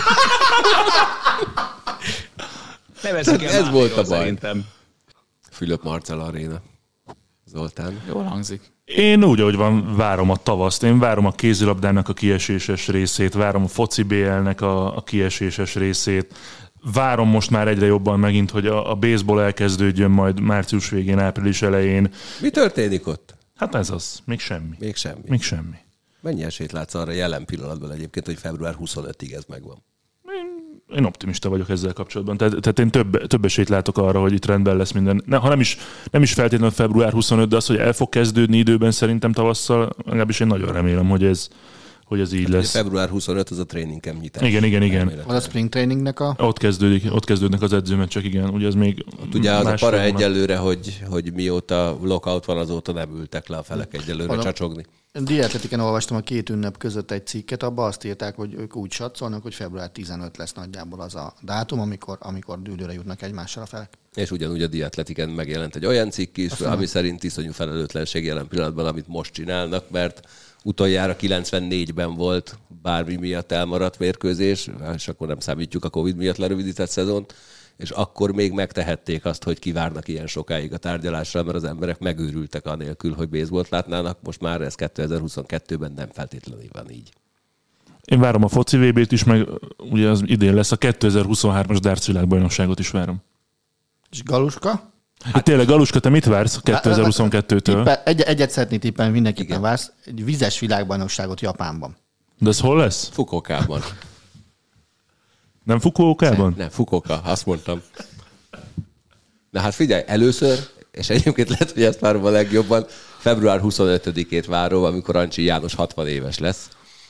Nevezzük el. Ez volt a baj. Szerintem. Fülöp Marcell Aréna. Zoltán. Jól hangzik. Én úgy, ahogy van, várom a tavaszt. Én várom a kézilabdának a kieséses részét, várom a foci bé el-nek a, a kieséses részét. Várom most már egyre jobban megint, hogy a, a baseball elkezdődjön majd március végén, április elején. Mi történik ott? Hát ez az. Még semmi. Még semmi. Még semmi. Mennyi esélyt látsz arra jelen pillanatban egyébként, hogy február huszonötödiig ez megvan? Én, én optimista vagyok ezzel kapcsolatban. Tehát, tehát én több, több esélyt látok arra, hogy itt rendben lesz minden. Ne, ha nem is, nem is feltétlenül február huszonötödike, de az, hogy el fog kezdődni időben szerintem tavasszal, legalábbis én nagyon remélem, hogy ez, hogy ez így lesz. február huszonötödike az a training camp nyitás. Igen, igen, igen. Az a spring trainingnek a... Ott kezdődik, ott kezdődnek az edzőmeccsek, igen. Ugye ez még ott ugye az a para egyelőre, hogy, hogy mióta lockout van, azóta nem ültek le a felek egyelőre csacsogni. Diatletiken olvastam a két ünnep között egy cikket, abban azt írták, hogy ők úgy satszolnak, hogy február tizenötödike lesz nagyjából az a dátum, amikor, amikor dűlőre jutnak egymással a felek. És ugyanúgy a Diatletiken megjelent egy olyan cikk is, Aztán ami szerint iszonyú felelőtlenség jelen pillanatban, amit most csinálnak, mert utoljára kilencvennégyben volt bármi miatt elmaradt mérkőzés, és akkor nem számítjuk a Covid miatt lerövidített szezont, és akkor még megtehették azt, hogy kivárnak ilyen sokáig a tárgyalásra, mert az emberek megőrültek anélkül, hogy baseballt látnának. Most már ez kétezer-huszonkettőben nem feltétlenül van így. Én várom a foci vé bét is, meg ugye az idén lesz a kétezer-huszonhármas darts világbajnokságot is várom. És Galuska? Hát tényleg, Galuska, te mit vársz kétezer-huszonkettőtől? Tippel, egy, egyet szeretnék tippelni, mindenképpen Igen. vársz. Egy vizes világbajnokságot Japánban. De ez hol lesz? Fukuokában. Nem Fukuokában? Nem, Fukuoka, azt mondtam. Na hát figyelj, először és egyébként lehet, hogy ezt várom a legjobban, február huszonötödikét várom, amikor Ancsi János hatvan éves lesz.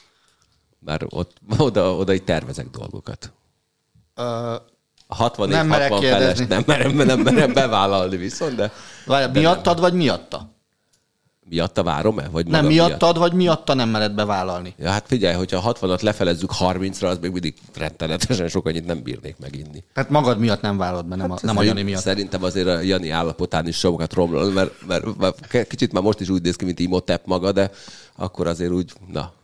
Már ott, oda, oda így tervezek dolgokat. Uh, a hatvan év, hatvan feles nem merem, nem merem bevállalni viszont, de... Várj, miattad vagy miatta? Miatta várom-e? Vagy nem, miattad miatt? Vagy miatta nem mered bevállalni? Ja, hát figyelj, hogyha hatvanat lefelezzük harmincra, az még mindig rettenetesen sok annyit nem bírnék meginni. Tehát magad miatt nem vállalod be, nem, hát a, nem a Jani miatt. Szerintem azért a Jani állapotán is sokat romlol, mert, mert, mert kicsit már most is úgy néz ki, mint Imhotep maga, de akkor azért úgy, na.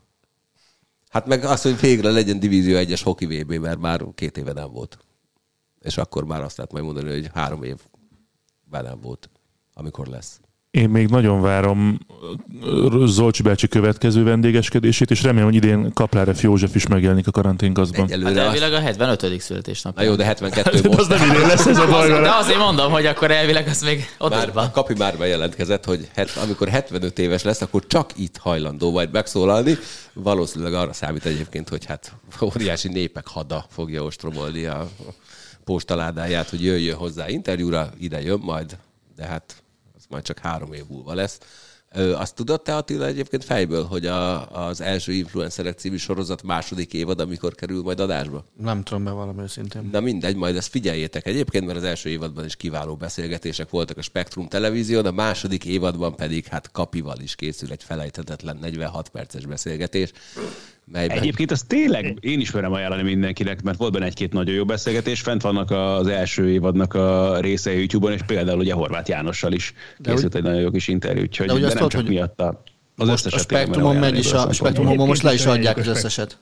Hát meg az, hogy végre legyen Divízió egyes hoki vé bé, mert már két éve nem volt. És akkor már azt lehet majd mondani, hogy három évben nem volt, amikor lesz. Én még nagyon várom Zolcsi bácsi következő vendégeskedését, és remélem, hogy idén Kapláreff József is megjelenik a karanténkazban. Hát elvileg a hetvenötödik születésnapja. Na jó, de hetvenkettő most. Az nem idén lesz ez a baj. De azért mondom, hogy akkor elvileg az még ott van. Kapi már bejelentkezett, hogy het, amikor hetvenöt éves lesz, akkor csak itt hajlandó majd megszólalni. Valószínűleg arra számít egyébként, hogy hát óriási népek hada fogja ostromolni a postaládáját, hogy jöjjön hozzá interjúra, ide jön majd, de hát majd csak három év múlva lesz. Ö, azt tudod te, Attila, egyébként fejből, hogy a, az első Influencerek című sorozat második évad, amikor kerül majd adásba? Nem tudom be valami őszintén. Na mindegy, majd ezt figyeljétek egyébként, mert az első évadban is kiváló beszélgetések voltak a Spektrum Televízión, a második évadban pedig hát Kapival is készül egy felejthetetlen negyvenhat perces beszélgetés. Melyben... Egyébként az tényleg én is merem ajánlani mindenkinek, mert volt benne egy-két nagyon jó beszélgetés, fent vannak az első évadnak a részei YouTube-on, és például ugye Horváth Jánossal is készült egy nagyon jó kis interjú, úgyhogy de, de nem ott, csak hogy miatta. Az most a Spektrumon megy is, a Spektrumon most le is adják az összeset.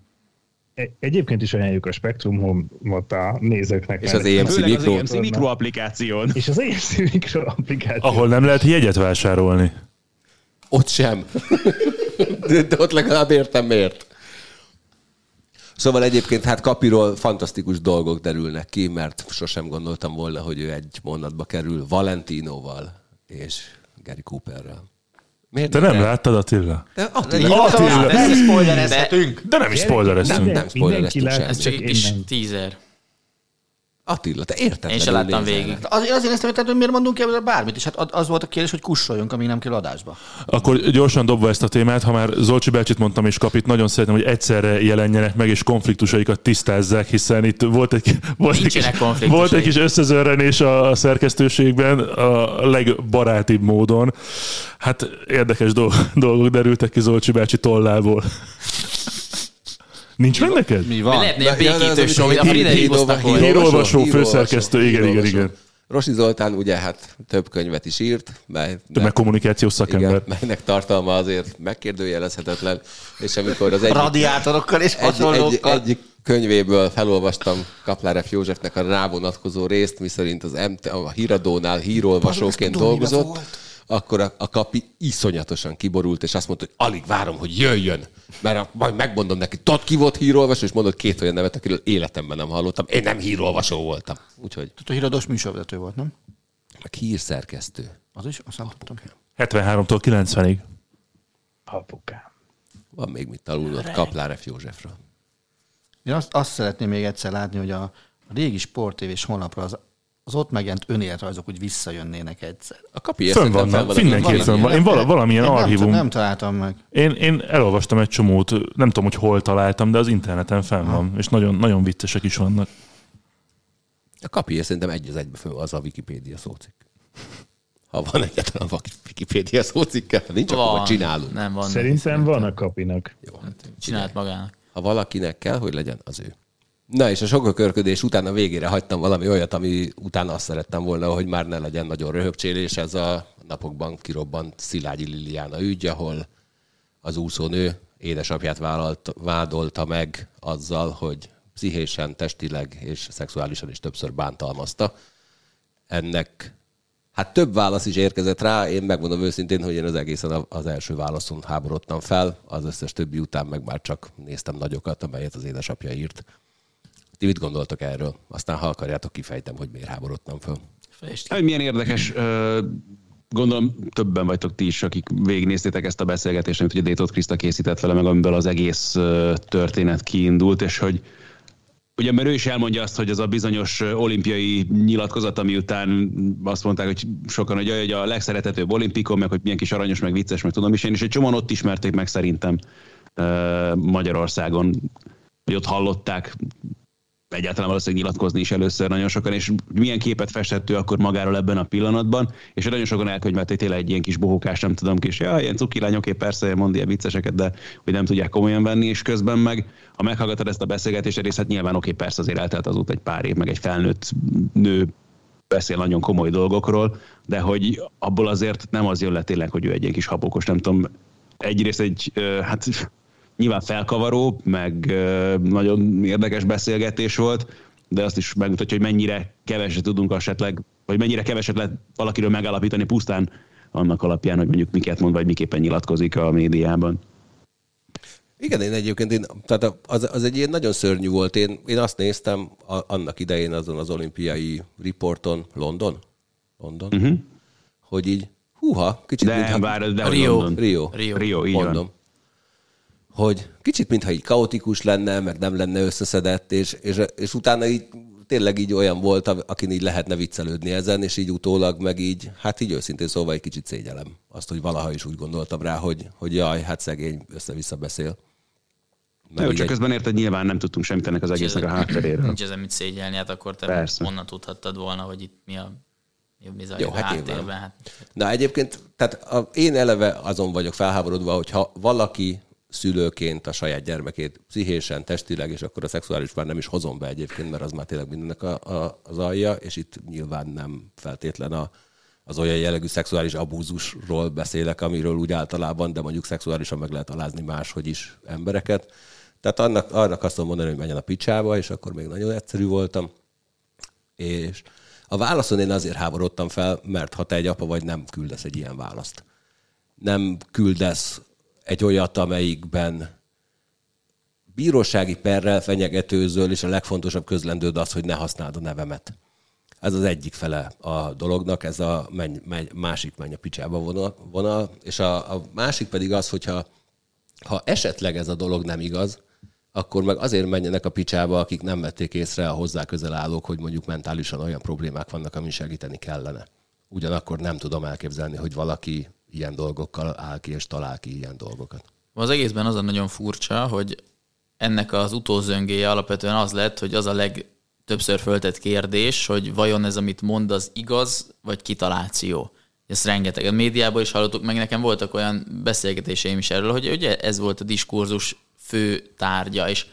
Egyébként is ajánljuk a Spektrumot a nézőknek. És az é em cé Mikro. Az é em cé Mikro applikáción. És az é em cé Mikro applikáció. Ahol nem lehet jegyet vásárolni. Ott sem. De ott legalább értem miért. Szóval egyébként hát Kapiról fantasztikus dolgok derülnek ki, mert sosem gondoltam volna, hogy ő egy mondatba kerül Valentinoval és Gary Cooperrel. Miért Te nem láttad, Attila? De Attila. Attila. Nem is spoilerezhetünk. De nem is spoilereztünk. Nem, nem spoilereztünk sem. Ez csak egy kis teaser. Attila, te érted? Én sem láttam végig. Az, azért néztem, hogy, hogy miért mondunk ebből bármit, és hát az volt a kérdés, hogy kussoljunk, amíg nem kell adásba. Akkor gyorsan dobva ezt a témát, ha már Zolcsi bácsit mondtam és Kapit, nagyon szeretném, hogy egyszerre jelenjenek meg, és konfliktusaikat tisztázzák, hiszen itt volt egy, volt egy, kis, volt egy kis összezörrenés a szerkesztőségben a legbarátibb módon. Hát érdekes dolgok derültek ki Zolcsi bácsi tollából. Nincs meg neked? Mi van? Lehetne egy békítő show, a Friderik hoztak volna. Hírolvasó, főszerkesztő, igen, igen, igen. Rossi Zoltán ugye hát több könyvet is írt. Mely, több kommunikációs szakember. Igen, melynek tartalma azért megkérdőjelezhetetlen. És amikor az egyik... Radiátorokkal és hasonlókkal. Egy, egy, egyik könyvéből felolvastam Kapláreff Józsefnek a rávonatkozó részt, miszerint az em té, a Híradónál hírolvasóként dolgozott. Akkor a, a Kapi iszonyatosan kiborult, és azt mondta, hogy alig várom, hogy jöjjön. Mert a, majd megmondom neki, tudod, ki volt hírolvasó, és mondott két olyan nevet, akiről életemben nem hallottam. Én nem hírolvasó voltam. Úgyhogy... Tehát a híradós műsorvezető volt, nem? Meg hírszerkesztő. Az is? Azt nem tudtam. hetvenháromtól kilencvenig. Apukám. Van még mit tanulnod Kapláreff Józsefről. Én azt, azt szeretném még egyszer látni, hogy a, a régi Sport té vés honlapra az az ott megjelent önéletrajzok úgy visszajönnének egyszer. A Kapi fönn vannak, mindenképp fönn van. Én vala, valamilyen én archívum. Nem, nem találtam meg. Én, én elolvastam egy csomót, nem tudom, hogy hol találtam, de az interneten fenn van, ha. És nagyon, nagyon viccesek is vannak. A Kapi szerintem egy az egybe fönn az a Wikipédia szócikk. Ha van egyáltalán a Wikipédia szócikkel, nincs, van, akkor csinálunk. Nem van. Szerintem van a Kapinak. Jó. Csinált magának. Ha valakinek kell, hogy legyen, az ő. Na és a sokakörködés után a végére hagytam valami olyat, ami utána azt szerettem volna, hogy már ne legyen nagyon röhögcsélés. Ez a napokban kirobbant Szilágyi Liliana ügy, ahol az úszónő édesapját vállalt, vádolta meg azzal, hogy pszichésen, testileg és szexuálisan is többször bántalmazta. Ennek hát több válasz is érkezett rá. Én megmondom őszintén, hogy én az egészen az első válaszon háborodtam fel. Az összes többi után meg már csak néztem nagyokat, amelyet az édesapja írt. Ti mit gondoltok erről? Aztán, ha akarjátok, kifejtem, hogy miért háborodtam föl. Hát, milyen érdekes, gondolom többen vagytok ti is, akik végignéztétek ezt a beszélgetést, amit ugye Détót Kriszta készített vele meg, amiből az egész történet kiindult, és hogy Ugye, mert ő is elmondja azt, hogy az a bizonyos olimpiai nyilatkozat, ami után azt mondták, hogy sokan, hogy, hogy a legszeretetőbb olimpikon, meg hogy milyen kis aranyos, meg vicces, meg tudom is én, és egy csomóan ott ismerték meg szerintem Magyarországon, hogy ott hallották egyáltalán valószínűleg nyilatkozni is először nagyon sokan, és milyen képet festett ő akkor magáról ebben a pillanatban, és nagyon sokan elkönyvelték tényleg egy ilyen kis bohókás, nem tudom, kis, ja, ilyen cukilány, oké, persze, mond ilyen vicceseket, de hogy nem tudják komolyan venni, és közben meg, ha meghallgatod ezt a beszélgetést, egyrészt hát nyilván oké, persze azért eltelt azóta egy pár év, meg egy felnőtt nő beszél nagyon komoly dolgokról, de hogy abból azért nem az jön le tényleg, hogy ő egy ilyen kis habokos, nem tudom, egyrészt egy, hát nyilván felkavaró, meg nagyon érdekes beszélgetés volt, de azt is megmutatja, hogy mennyire keveset tudunk esetleg, vagy mennyire keveset lehet valakiről megállapítani pusztán annak alapján, hogy mondjuk miket mond, vagy miképpen nyilatkozik a médiában. Igen, én egyébként, én, tehát az, az egy ilyen nagyon szörnyű volt. Én, én azt néztem a, annak idején azon az olimpiai riporton, London, London, uh-huh. hogy így, húha, kicsit de, mintha... Bár, de Rio, London. Rio, Rio, Rio, így mondom. van. Hogy kicsit mintha így kaotikus lenne, meg nem lenne összeszedett, és, és, és utána így tényleg így olyan volt, akin így lehetne viccelődni ezen, és így utólag meg így, hát így őszintén szóval egy kicsit szégyellem azt, hogy valaha is úgy gondoltam rá, hogy, hogy jaj, hát szegény össze-vissza beszél. Jó, csak egy... közben érted, nyilván nem tudtunk semmit ennek az egésznek a hátteréről. Nincs ezen mit szégyelni, hát akkor te Persze. onnan tudhattad volna, hogy itt mi a mi zajlik a háttérben. Hát. Na egyébként, tehát a, én eleve azon vagyok felháborodva, hogyha valaki szülőként a saját gyermekét pszichésen, testileg, és akkor a szexuális már nem is hozom be egyébként, mert az már tényleg mindennek a, a, az alja, és itt nyilván nem feltétlen a, az olyan jellegű szexuális abúzusról beszélek, amiről úgy általában, de mondjuk szexuálisan meg lehet alázni máshogy is embereket. Tehát annak, annak azt mondom mondani, hogy menjen a picsába, és akkor még nagyon egyszerű voltam. És a válaszon én azért háborodtam fel, mert ha te egy apa vagy, nem küldesz egy ilyen választ. Nem küldesz egy olyat, amelyikben bírósági perrel fenyegetőzöl, és a legfontosabb közlendőd az, hogy ne használd a nevemet. Ez az egyik fele a dolognak, ez a menj, menj, másik menj a picsába vonal, vonal és a, a másik pedig az, hogyha ha esetleg ez a dolog nem igaz, akkor meg azért menjenek a picsába, akik nem vették észre, a hozzá közel állók, hogy mondjuk mentálisan olyan problémák vannak, amin segíteni kellene. Ugyanakkor nem tudom elképzelni, hogy valaki ilyen dolgokkal áll ki, és talál ki ilyen dolgokat. Az egészben az a nagyon furcsa, hogy ennek az utózöngéje alapvetően az lett, hogy az a legtöbbször föltett kérdés, hogy vajon ez, amit mond, az igaz, vagy kitaláció. Ezt rengeteg. A médiából is hallottuk, meg nekem voltak olyan beszélgetéseim is erről, hogy ugye ez volt a diskurzus fő tárgya, és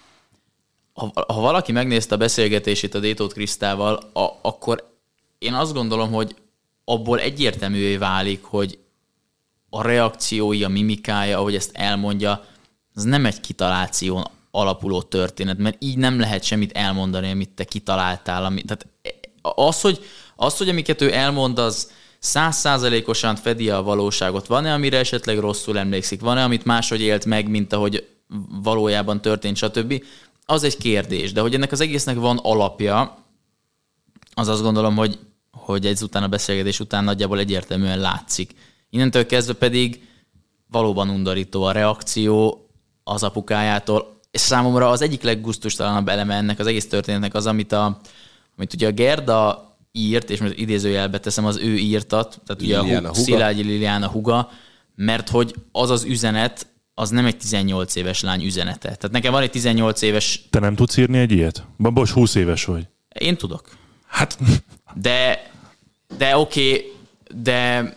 ha, ha valaki megnézte a beszélgetését a Détóth Krisztával, a, akkor én azt gondolom, hogy abból egyértelművé válik, hogy a reakciói, a mimikája, ahogy ezt elmondja, az nem egy kitaláción alapuló történet, mert így nem lehet semmit elmondani, amit te kitaláltál. Amit, tehát az, hogy, az, hogy amiket ő elmond, az száz százalékosan fedi a valóságot. Van-e, amire esetleg rosszul emlékszik? Van-e, amit máshogy élt meg, mint ahogy valójában történt, stb.? Az egy kérdés, de hogy ennek az egésznek van alapja, az azt gondolom, hogy, hogy ezután a beszélgetés után nagyjából egyértelműen látszik. Innentől kezdve pedig valóban undorító a reakció az apukájától. És számomra az egyik leggusztustalanabb eleme ennek az egész történetnek az, amit, a, amit ugye a Gerda írt, és most idézőjelbe teszem, az ő írtat, tehát ugye Liliana a Szilágyi Liliana húga, mert hogy az az üzenet, az nem egy tizennyolc éves lány üzenete. Tehát nekem van egy tizennyolc éves... Te nem tudsz írni egy ilyet? Bocs, húsz éves vagy. Én tudok. Hát... De, de oké, okay, de...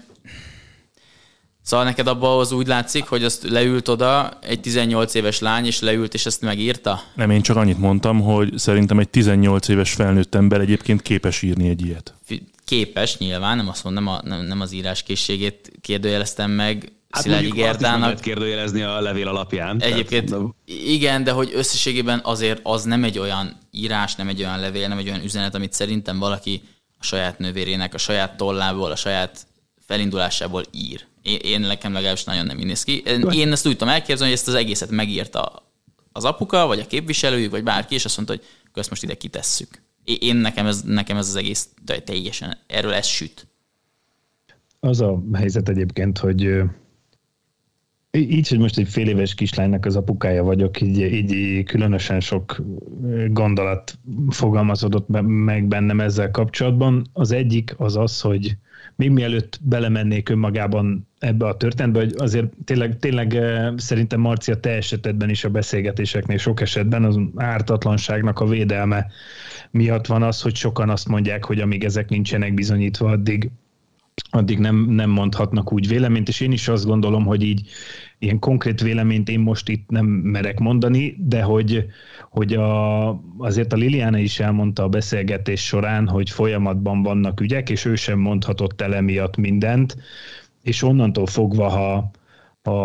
Szóval neked abban az úgy látszik, hogy azt leült oda egy tizennyolc éves lány, és leült, és ezt megírta? Nem, én csak annyit mondtam, hogy szerintem egy tizennyolc éves felnőtt ember egyébként képes írni egy ilyet. Képes, nyilván, nem azt mondom, nem, a, nem, nem az íráskészségét kérdőjeleztem meg hát Szilágyi Gerdának. Lehet kérdőjelezni a levél alapján. Egyébként tehát... igen, de hogy összességében azért az nem egy olyan írás, nem egy olyan levél, nem egy olyan üzenet, amit szerintem valaki a saját nővérének, a saját tollából, a saját felindulásából ír. Én, én nekem legalábbis nagyon nem így néz ki. Én ezt úgy tudom elképzelni, hogy ezt az egészet megírta az apuka, vagy a képviselőjük, vagy bárki, és azt mondta, hogy ezt most ide kitesszük. Én nekem ez, nekem ez az egész teljesen, erről ez süt. Az a helyzet egyébként, hogy Így, hogy most egy fél éves kislánynak az apukája vagyok, így, így különösen sok gondolat fogalmazódott meg bennem ezzel kapcsolatban. Az egyik az az, hogy még mielőtt belemennék önmagában ebbe a történetbe, hogy azért tényleg, tényleg szerintem Marcia, te esetedben is a beszélgetéseknél sok esetben az ártatlanságnak a védelme miatt van az, hogy sokan azt mondják, hogy amíg ezek nincsenek bizonyítva, addig addig nem, nem mondhatnak úgy véleményt, és én is azt gondolom, hogy így ilyen konkrét véleményt én most itt nem merek mondani, de hogy, hogy a, azért a Liliana is elmondta a beszélgetés során, hogy folyamatban vannak ügyek, és ő sem mondhatott el emiatt mindent, és onnantól fogva, ha, ha,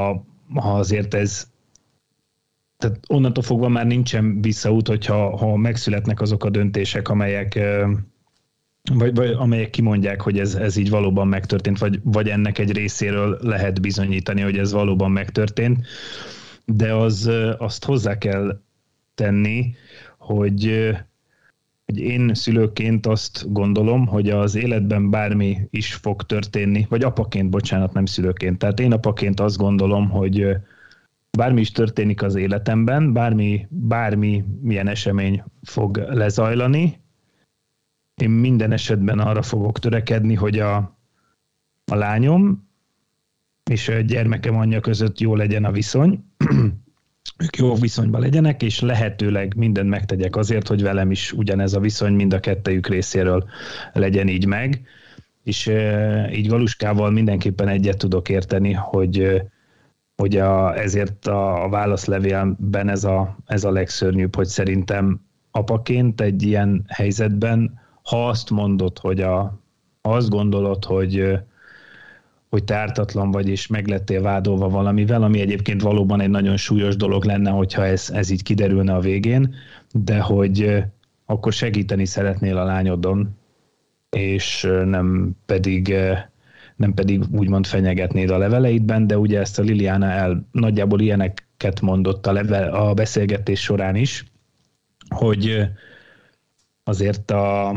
ha azért ez tehát onnantól fogva már nincsen visszaút, hogyha ha megszületnek azok a döntések, amelyek Vagy, vagy amelyek kimondják, hogy ez, ez így valóban megtörtént, vagy, vagy ennek egy részéről lehet bizonyítani, hogy ez valóban megtörtént, de az, azt hozzá kell tenni, hogy, hogy én szülőként azt gondolom, hogy az életben bármi is fog történni, vagy apaként, bocsánat, nem szülőként. Tehát én apaként azt gondolom, hogy bármi is történik az életemben, bármi, bármi milyen esemény fog lezajlani, én minden esetben arra fogok törekedni, hogy a, a lányom és a gyermekem anyja között jó legyen a viszony, ők jó viszonyban legyenek, és lehetőleg mindent megtegyek azért, hogy velem is ugyanez a viszony mind a kettejük részéről legyen így meg, és e, így Galuskával mindenképpen egyet tudok érteni, hogy, hogy a, ezért a, a válaszlevélben ez a, ez a legszörnyűbb, hogy szerintem apaként egy ilyen helyzetben, ha azt mondod, hogy a, ha azt gondolod, hogy, hogy te ártatlan vagy, és meglettél vádolva valamivel, ami egyébként valóban egy nagyon súlyos dolog lenne, hogyha ez, ez így kiderülne a végén, de hogy akkor segíteni szeretnél a lányodon, és nem pedig, nem pedig úgymond fenyegetnéd a leveleidben, de ugye ezt a Liliana el nagyjából ilyeneket mondott a, level, a beszélgetés során is, hogy azért a,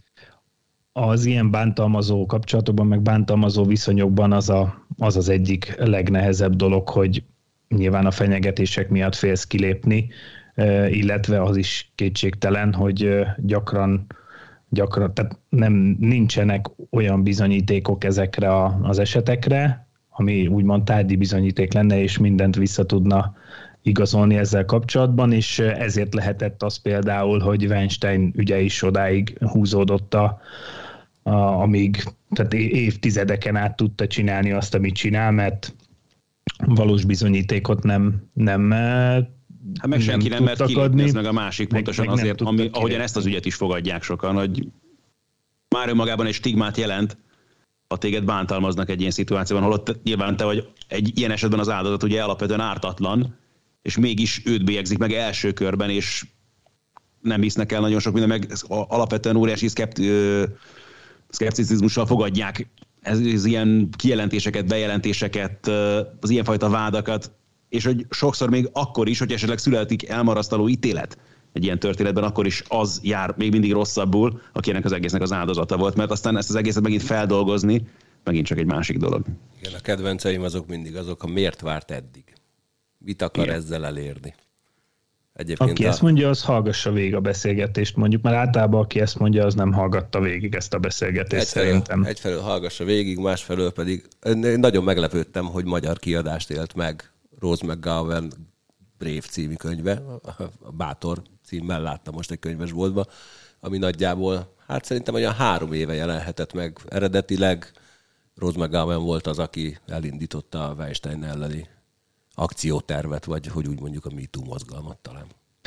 az ilyen bántalmazó kapcsolatokban, meg bántalmazó viszonyokban az, a, az az egyik legnehezebb dolog, hogy nyilván a fenyegetések miatt félsz kilépni, illetve az is kétségtelen, hogy gyakran, gyakran tehát nem, nincsenek olyan bizonyítékok ezekre a, az esetekre, ami úgymond tárgyi bizonyíték lenne, és mindent vissza tudna igazolni ezzel kapcsolatban, és ezért lehetett az például, hogy Weinstein ügye is odáig húzódott, a, a, amíg tehát évtizedeken át tudta csinálni azt, amit csinál, mert valós bizonyítékot nem, nem hát meg senki nem, nem mert kilépni, ez meg a másik meg, pontosan meg azért, ami, ahogyan ezt az ügyet is fogadják sokan, hogy már önmagában egy stigmát jelent, ha téged bántalmaznak egy ilyen szituációban, holott nyilván te vagy egy ilyen esetben az áldozat ugye alapvetően ártatlan, és mégis őt bélyegzik meg első körben, és nem hisznek el nagyon sok minden, meg alapvetően óriási szkept, szkepticizmussal fogadják ez, ez ilyen kijelentéseket, bejelentéseket, az ilyenfajta vádakat, és hogy sokszor még akkor is, hogy esetleg születik elmarasztaló ítélet egy ilyen történetben, akkor is az jár még mindig rosszabbul, akinek az egésznek az áldozata volt, mert aztán ezt az egészet megint feldolgozni, megint csak egy másik dolog. Igen, a kedvenceim azok mindig azok, a miért várt eddig. Mit akar igen. ezzel elérni? Egyébként aki a... ezt mondja, az hallgassa végig a beszélgetést, mondjuk, mert általában aki ezt mondja, az nem hallgatta végig ezt a beszélgetést egyfelől, szerintem. Egyfelől hallgassa végig, másfelől pedig én nagyon meglepődtem, hogy magyar kiadást élt meg Rose McGowan Brave című könyve, a Bátor címmel láttam most egy könyvesboltban, ami nagyjából, hát szerintem olyan három éve jelenhetett meg eredetileg. Rose McGowan volt az, aki elindította a Weinstein elleni akciótervet, vagy hogy úgy mondjuk a MeToo mozgalmat talán.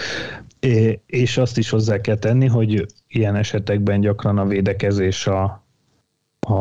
É, és azt is hozzá kell tenni, hogy ilyen esetekben gyakran a védekezés a, a,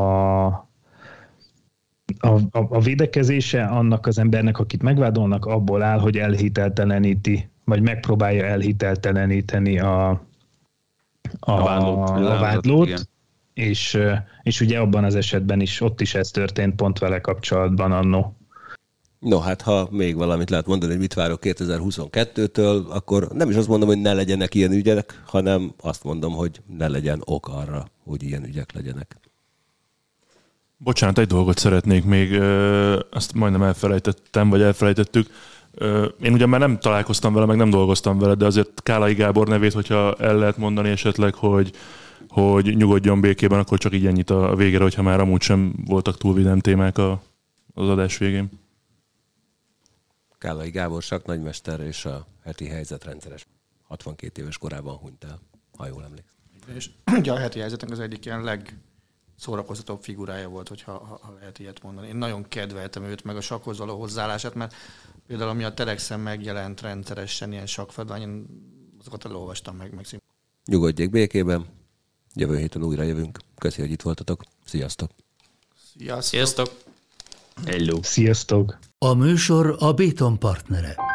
a, a védekezése annak az embernek, akit megvádolnak, abból áll, hogy elhitelteleníti, vagy megpróbálja elhitelteleníteni a, a, a vádlót, a vádlót és, és ugye abban az esetben is, ott is ez történt pont vele kapcsolatban annó. No, hát ha még valamit lehet mondani, hogy mit várok kétezer-huszonkettőtől, akkor nem is azt mondom, hogy ne legyenek ilyen ügyek, hanem azt mondom, hogy ne legyen ok arra, hogy ilyen ügyek legyenek. Bocsánat, egy dolgot szeretnék még, azt majdnem elfelejtettem, vagy elfelejtettük. Én ugyan már nem találkoztam vele, meg nem dolgoztam vele, de azért Kálai Gábor nevét, hogyha el lehet mondani esetleg, hogy, hogy nyugodjon békében, akkor csak így ennyit a végére, hogyha már amúgy sem voltak túl vidám témák a, az adás végén. Kálai Gábor saknagymester és a heti helyzet rendszeres hatvankét éves korában hunyt el, ha jól emlékszem. És ugye a heti helyzetnek az egyik ilyen legszórakoztatóbb figurája volt, hogyha ha, ha lehet ilyet mondani. Én nagyon kedveltem őt, meg a sakhoz való hozzáállását, mert például ami a Telexen megjelent rendszeresen ilyen sakkfedvány, én azokat elolvastam meg. meg Nyugodjék békében, jövő héten újra jövünk. Köszi, hogy itt voltatok. Sziasztok! Sziasztok! Sziasztok! Hello! Sziasztok! A műsor a Béton partnere.